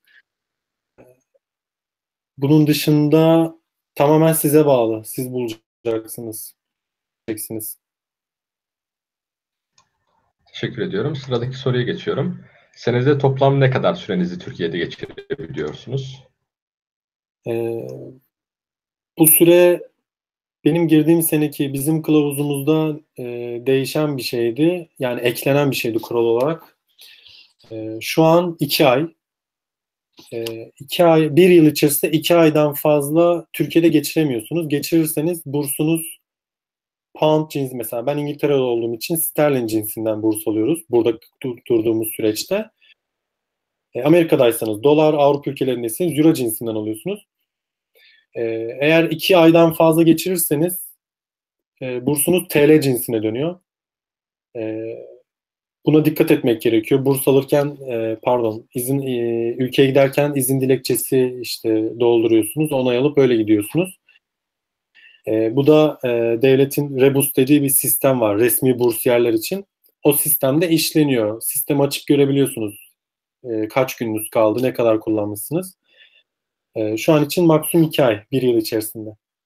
Bunun dışında tamamen size bağlı. Siz bulacaksınız. Bulacaksınız. Teşekkür ediyorum. Sıradaki soruya geçiyorum. Senede toplam ne kadar sürenizi Türkiye'de geçirebiliyorsunuz? E, bu süre benim girdiğim seneki bizim kılavuzumuzda e, değişen bir şeydi. Yani eklenen bir şeydi kural olarak. E, şu an iki ay. E, iki ay, bir yıl içerisinde iki aydan fazla Türkiye'de geçiremiyorsunuz. Geçirirseniz bursunuz pound cinsi mesela. Ben İngiltere'de olduğum için sterlin cinsinden burs alıyoruz. Burada dur- durduğumuz süreçte. E, Amerika'daysanız dolar, Avrupa ülkelerindesiniz euro cinsinden alıyorsunuz. E, eğer iki aydan fazla geçirirseniz e, bursunuz T L cinsine dönüyor. E, buna dikkat etmek gerekiyor. Burs alırken e, pardon izin e, ülkeye giderken izin dilekçesi işte dolduruyorsunuz. Onay alıp öyle gidiyorsunuz. E, bu da e, devletin Rebus dediği bir sistem var resmi bursiyerler için. O sistemde işleniyor. Sistemi açıp görebiliyorsunuz. E, kaç gününüz kaldı, ne kadar kullanmışsınız. E, şu an için maksimum iki ay, bir yıl içerisinde.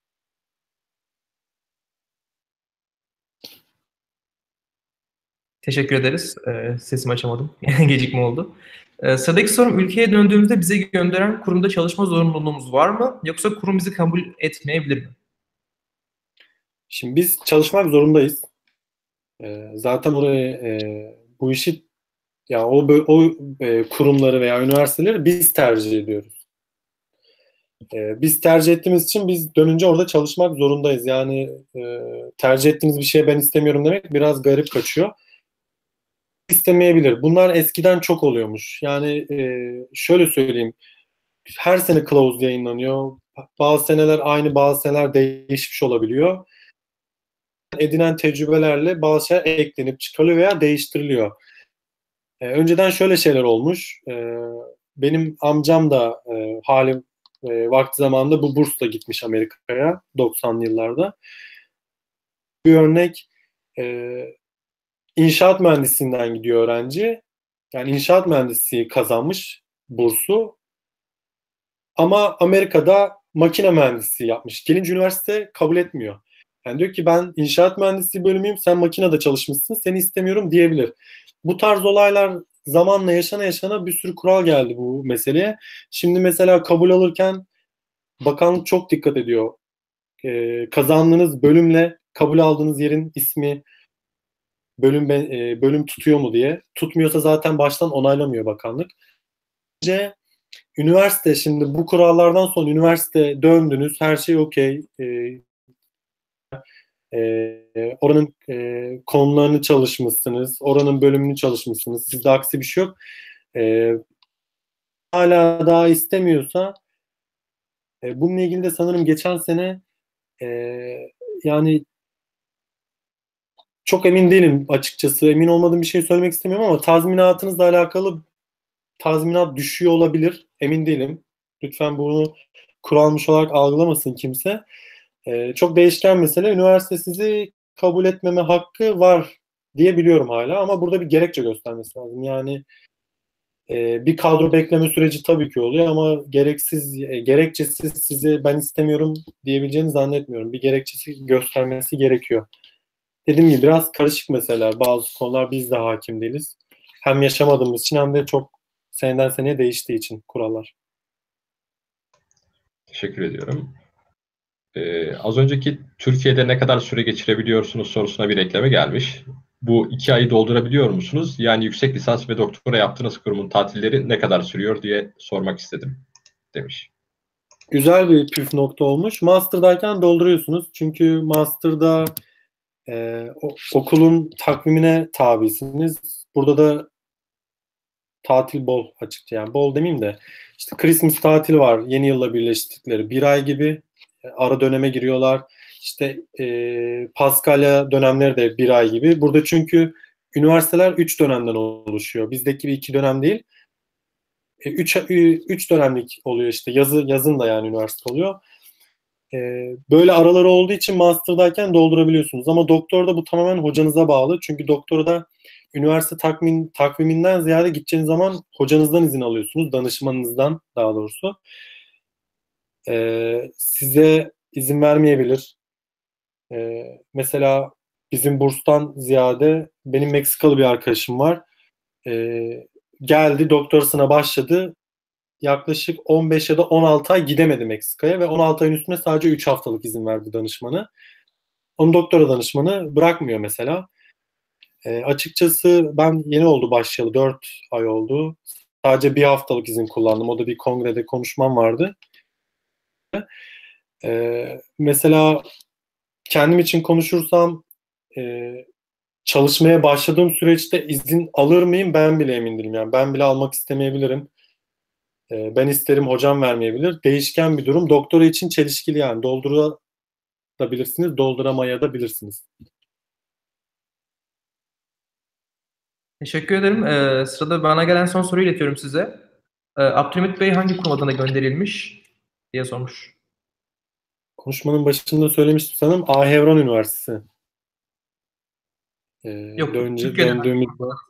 Teşekkür ederiz. Ee, sesimi açamadım. Gecikme oldu. Ee, sıradaki sorum, ülkeye döndüğümüzde bize gönderen kurumda çalışma zorunluluğumuz var mı? Yoksa kurum bizi kabul etmeyebilir mi? Şimdi biz çalışmak zorundayız. E, zaten oraya e, bu işi ya o bö- o e, kurumları veya üniversiteleri biz tercih ediyoruz. E, biz tercih ettiğimiz için biz dönünce orada çalışmak zorundayız. Yani e, tercih ettiğiniz bir şeye ben istemiyorum demek biraz garip kaçıyor. İstemeyebilir. Bunlar eskiden çok oluyormuş. Yani e, şöyle söyleyeyim. Her sene kılavuz yayınlanıyor. Bazı seneler aynı, bazı seneler değişmiş olabiliyor. Edinen tecrübelerle bazı şeyler eklenip çıkarılıyor veya değiştiriliyor. E, önceden şöyle şeyler olmuş. E, benim amcam da e, hali e, vakti zamanında bu bursla gitmiş Amerika'ya doksanlı yıllarda. Bir örnek e, inşaat mühendisliğinden gidiyor öğrenci. Yani inşaat mühendisliği kazanmış bursu. Ama Amerika'da makine mühendisliği yapmış. Gelince üniversite kabul etmiyor. Yani diyor ki ben inşaat mühendisliği bölümüyüm, sen makinede çalışmışsın, seni istemiyorum diyebilir. Bu tarz olaylar zamanla yaşana yaşana bir sürü kural geldi bu meseleye. Şimdi mesela kabul alırken bakanlık çok dikkat ediyor. Ee, kazandığınız bölümle kabul aldığınız yerin ismi, bölüm e, bölüm tutuyor mu diye. Tutmuyorsa zaten baştan onaylamıyor bakanlık. Bence üniversite, şimdi bu kurallardan sonra üniversite döndünüz, her şey okey. Ee, e, oranın e, konularını çalışmışsınız, oranın bölümünü çalışmışsınız. Sizde aksi bir şey yok. Ee, hala daha istemiyorsa e, bununla ilgili de sanırım geçen sene e, yani çok emin değilim açıkçası. Emin olmadığım bir şey söylemek istemiyorum ama tazminatınızla alakalı tazminat düşüyor olabilir. Emin değilim. Lütfen bunu kuralmış olarak algılamasın kimse. Ee, çok değişken mesele. Üniversite sizi kabul etmeme hakkı var diye biliyorum hala ama burada bir gerekçe göstermesi lazım. Yani e, bir kadro bekleme süreci tabii ki oluyor ama gereksiz, e, gerekçesiz sizi ben istemiyorum diyebileceğini zannetmiyorum. Bir gerekçesi göstermesi gerekiyor. Dediğim gibi biraz karışık meseleler. Bazı konular biz de hakim değiliz. Hem yaşamadığımız için hem de çok seneden seneye değiştiği için kurallar. Teşekkür ediyorum. Ee, az önceki Türkiye'de ne kadar süre geçirebiliyorsunuz sorusuna bir ekleme gelmiş. Bu iki ayı doldurabiliyor musunuz? Yani yüksek lisans ve doktora yaptığınız kurumun tatilleri ne kadar sürüyor diye sormak istedim demiş. Güzel bir püf nokta olmuş. Master'dayken dolduruyorsunuz. Çünkü Master'da e, o- okulun takvimine tabisiniz. Burada da tatil bol açıkça. Yani bol demeyeyim de işte Christmas tatili var. Yeni yılla birleştikleri bir ay gibi e, ara döneme giriyorlar. İşte e, Paskalya dönemleri de bir ay gibi. Burada çünkü üniversiteler üç dönemden oluşuyor. Bizdeki gibi iki dönem değil. E, üç, üç dönemlik oluyor işte. Yazı, yazın da yani üniversite oluyor. E, böyle araları olduğu için master'dayken doldurabiliyorsunuz. Ama doktorda bu tamamen hocanıza bağlı. Çünkü doktorda üniversite takvim, takviminden ziyade gideceğiniz zaman hocanızdan izin alıyorsunuz. Danışmanınızdan daha doğrusu. E, size izin vermeyebilir. E, mesela bizim burstan ziyade benim Meksikalı bir arkadaşım var. E, geldi doktorasına başladı. Yaklaşık on beş ya da on altı ay gidemedi Meksika'ya ve on altı ayın üstüne sadece üç haftalık izin verdi danışmanı. Onun doktora danışmanı bırakmıyor mesela. E, açıkçası ben yeni oldu başlayalı, dört ay oldu. Sadece bir haftalık izin kullandım. O da bir kongrede konuşmam vardı. E, mesela kendim için konuşursam e, çalışmaya başladığım süreçte izin alır mıyım ben bile emin değilim. Yani ben bile almak istemeyebilirim. E, ben isterim hocam vermeyebilir. Değişken bir durum. Doktora için çelişkili yani. Doldurabilirsiniz, dolduramayabilirsiniz. Teşekkür ederim. Ee, sırada bana gelen son soruyu iletiyorum size. Ee, Abdülhamit Bey hangi kurum adına gönderilmiş diye sormuş. Konuşmanın başında söylemiştim sanırım. Ahevran Üniversitesi. E, Yok, dönce, Türkiye'de döndüğümüz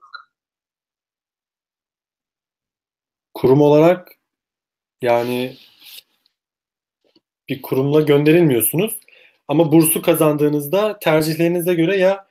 kurum olarak yani bir kurumla gönderilmiyorsunuz. Ama bursu kazandığınızda tercihlerinize göre ya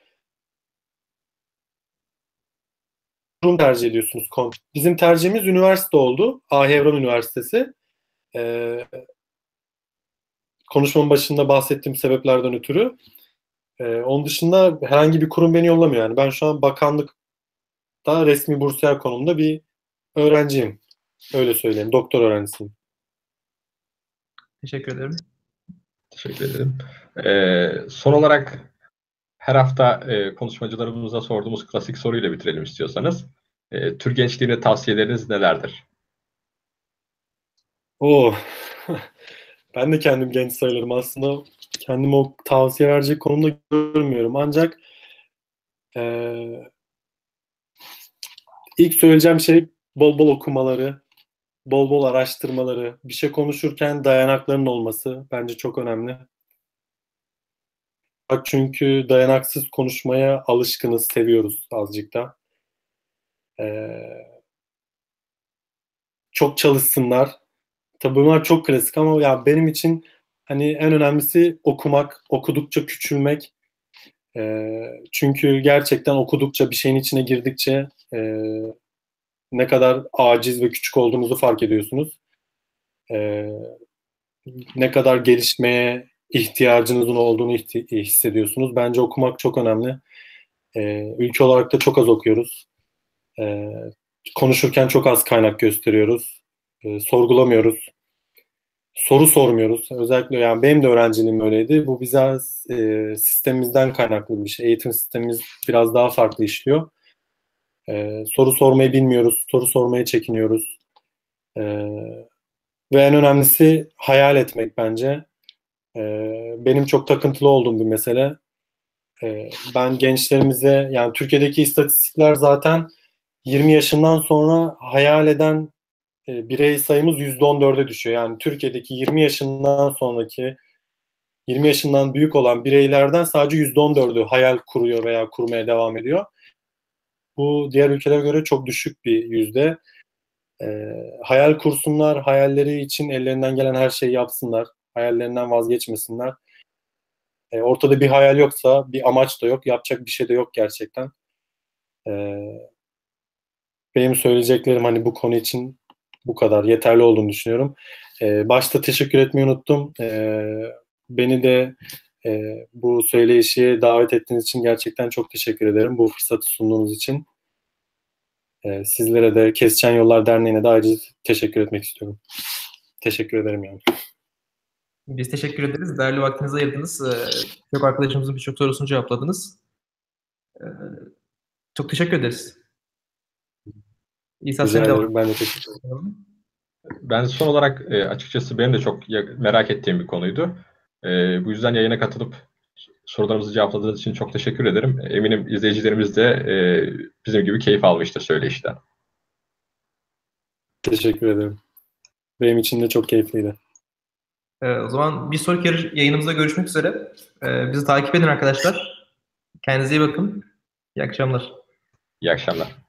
kurum tercih ediyorsunuz. Bizim tercihimiz üniversite oldu. Ahevran Üniversitesi. Ee, konuşmanın başında bahsettiğim sebeplerden ötürü. Ee, onun dışında herhangi bir kurum beni yollamıyor. Yani ben şu an bakanlıkta resmi bursiyer konumda bir öğrenciyim. Öyle söyleyeyim. Doktor öğrencisiyim. Teşekkür ederim. Teşekkür ederim. Ee, son olarak her hafta e, konuşmacılarımıza sorduğumuz klasik soruyla bitirelim istiyorsanız. E, Türk gençliğine tavsiyeleriniz nelerdir? Oo. Ben de kendim genç sayılırım aslında. Kendimi o tavsiye verecek konumda görmüyorum. Ancak e, ilk söyleyeceğim şey bol bol okumaları, bol bol araştırmaları, bir şey konuşurken dayanakların olması bence çok önemli. Çünkü dayanaksız konuşmaya alışkınız, seviyoruz azıcık da. Ee, çok çalışsınlar. Tabii bunlar çok klasik ama ya benim için hani en önemlisi okumak, okudukça küçülmek. E, çünkü gerçekten okudukça, bir şeyin içine girdikçe e, ne kadar aciz ve küçük olduğunuzu fark ediyorsunuz. E, ne kadar gelişmeye ihtiyacınızın olduğunu ihti- hissediyorsunuz. Bence okumak çok önemli. E, ülke olarak da çok az okuyoruz. E, konuşurken çok az kaynak gösteriyoruz. E, sorgulamıyoruz. Soru sormuyoruz. Özellikle yani benim de öğrenciliğim öyleydi. Bu bize e, sistemimizden kaynaklı bir şey. Eğitim sistemimiz biraz daha farklı işliyor. E, soru sormayı bilmiyoruz. Soru sormaya çekiniyoruz. E, ve en önemlisi hayal etmek bence. E, benim çok takıntılı olduğum bir mesele. E, ben gençlerimize, yani Türkiye'deki istatistikler zaten yirmi yaşından sonra hayal eden e, birey sayımız yüzde on dörde düşüyor. Yani Türkiye'deki yirmi yaşından sonraki, yirmi yaşından büyük olan bireylerden sadece yüzde on dördü hayal kuruyor veya kurmaya devam ediyor. Bu diğer ülkelere göre çok düşük bir yüzde. E, hayal kursunlar, hayalleri için ellerinden gelen her şeyi yapsınlar. Hayallerinden vazgeçmesinler. E, ortada bir hayal yoksa bir amaç da yok, yapacak bir şey de yok gerçekten. E, benim söyleyeceklerim hani bu konu için bu kadar yeterli olduğunu düşünüyorum. E, başta teşekkür etmeyi unuttum. E, beni de e, bu söyleşiye davet ettiğiniz için gerçekten çok teşekkür ederim. Bu fırsatı sunduğunuz için. E, sizlere de Kesişen Yollar Derneği'ne de ayrıca teşekkür etmek istiyorum. Teşekkür ederim yani. Biz teşekkür ederiz. Değerli vaktinizi ayırdınız. Ee, Çok arkadaşımızın birçok sorusunu cevapladınız. Ee, Çok teşekkür ederiz. İsa Rica sen de ederim. Ben de teşekkür ederim. Ben son olarak e, açıkçası benim de çok ya- merak ettiğim bir konuydu. E, bu yüzden yayına katılıp sorularımızı cevapladığınız için çok teşekkür ederim. Eminim izleyicilerimiz de e, bizim gibi keyif almıştır söyleşiden. Teşekkür ederim. Benim için de çok keyifliydi. Ee, o zaman bir sonraki yarış- yayınımızda görüşmek üzere. Ee, bizi takip edin arkadaşlar. Kendinize iyi bakın. İyi akşamlar. İyi akşamlar.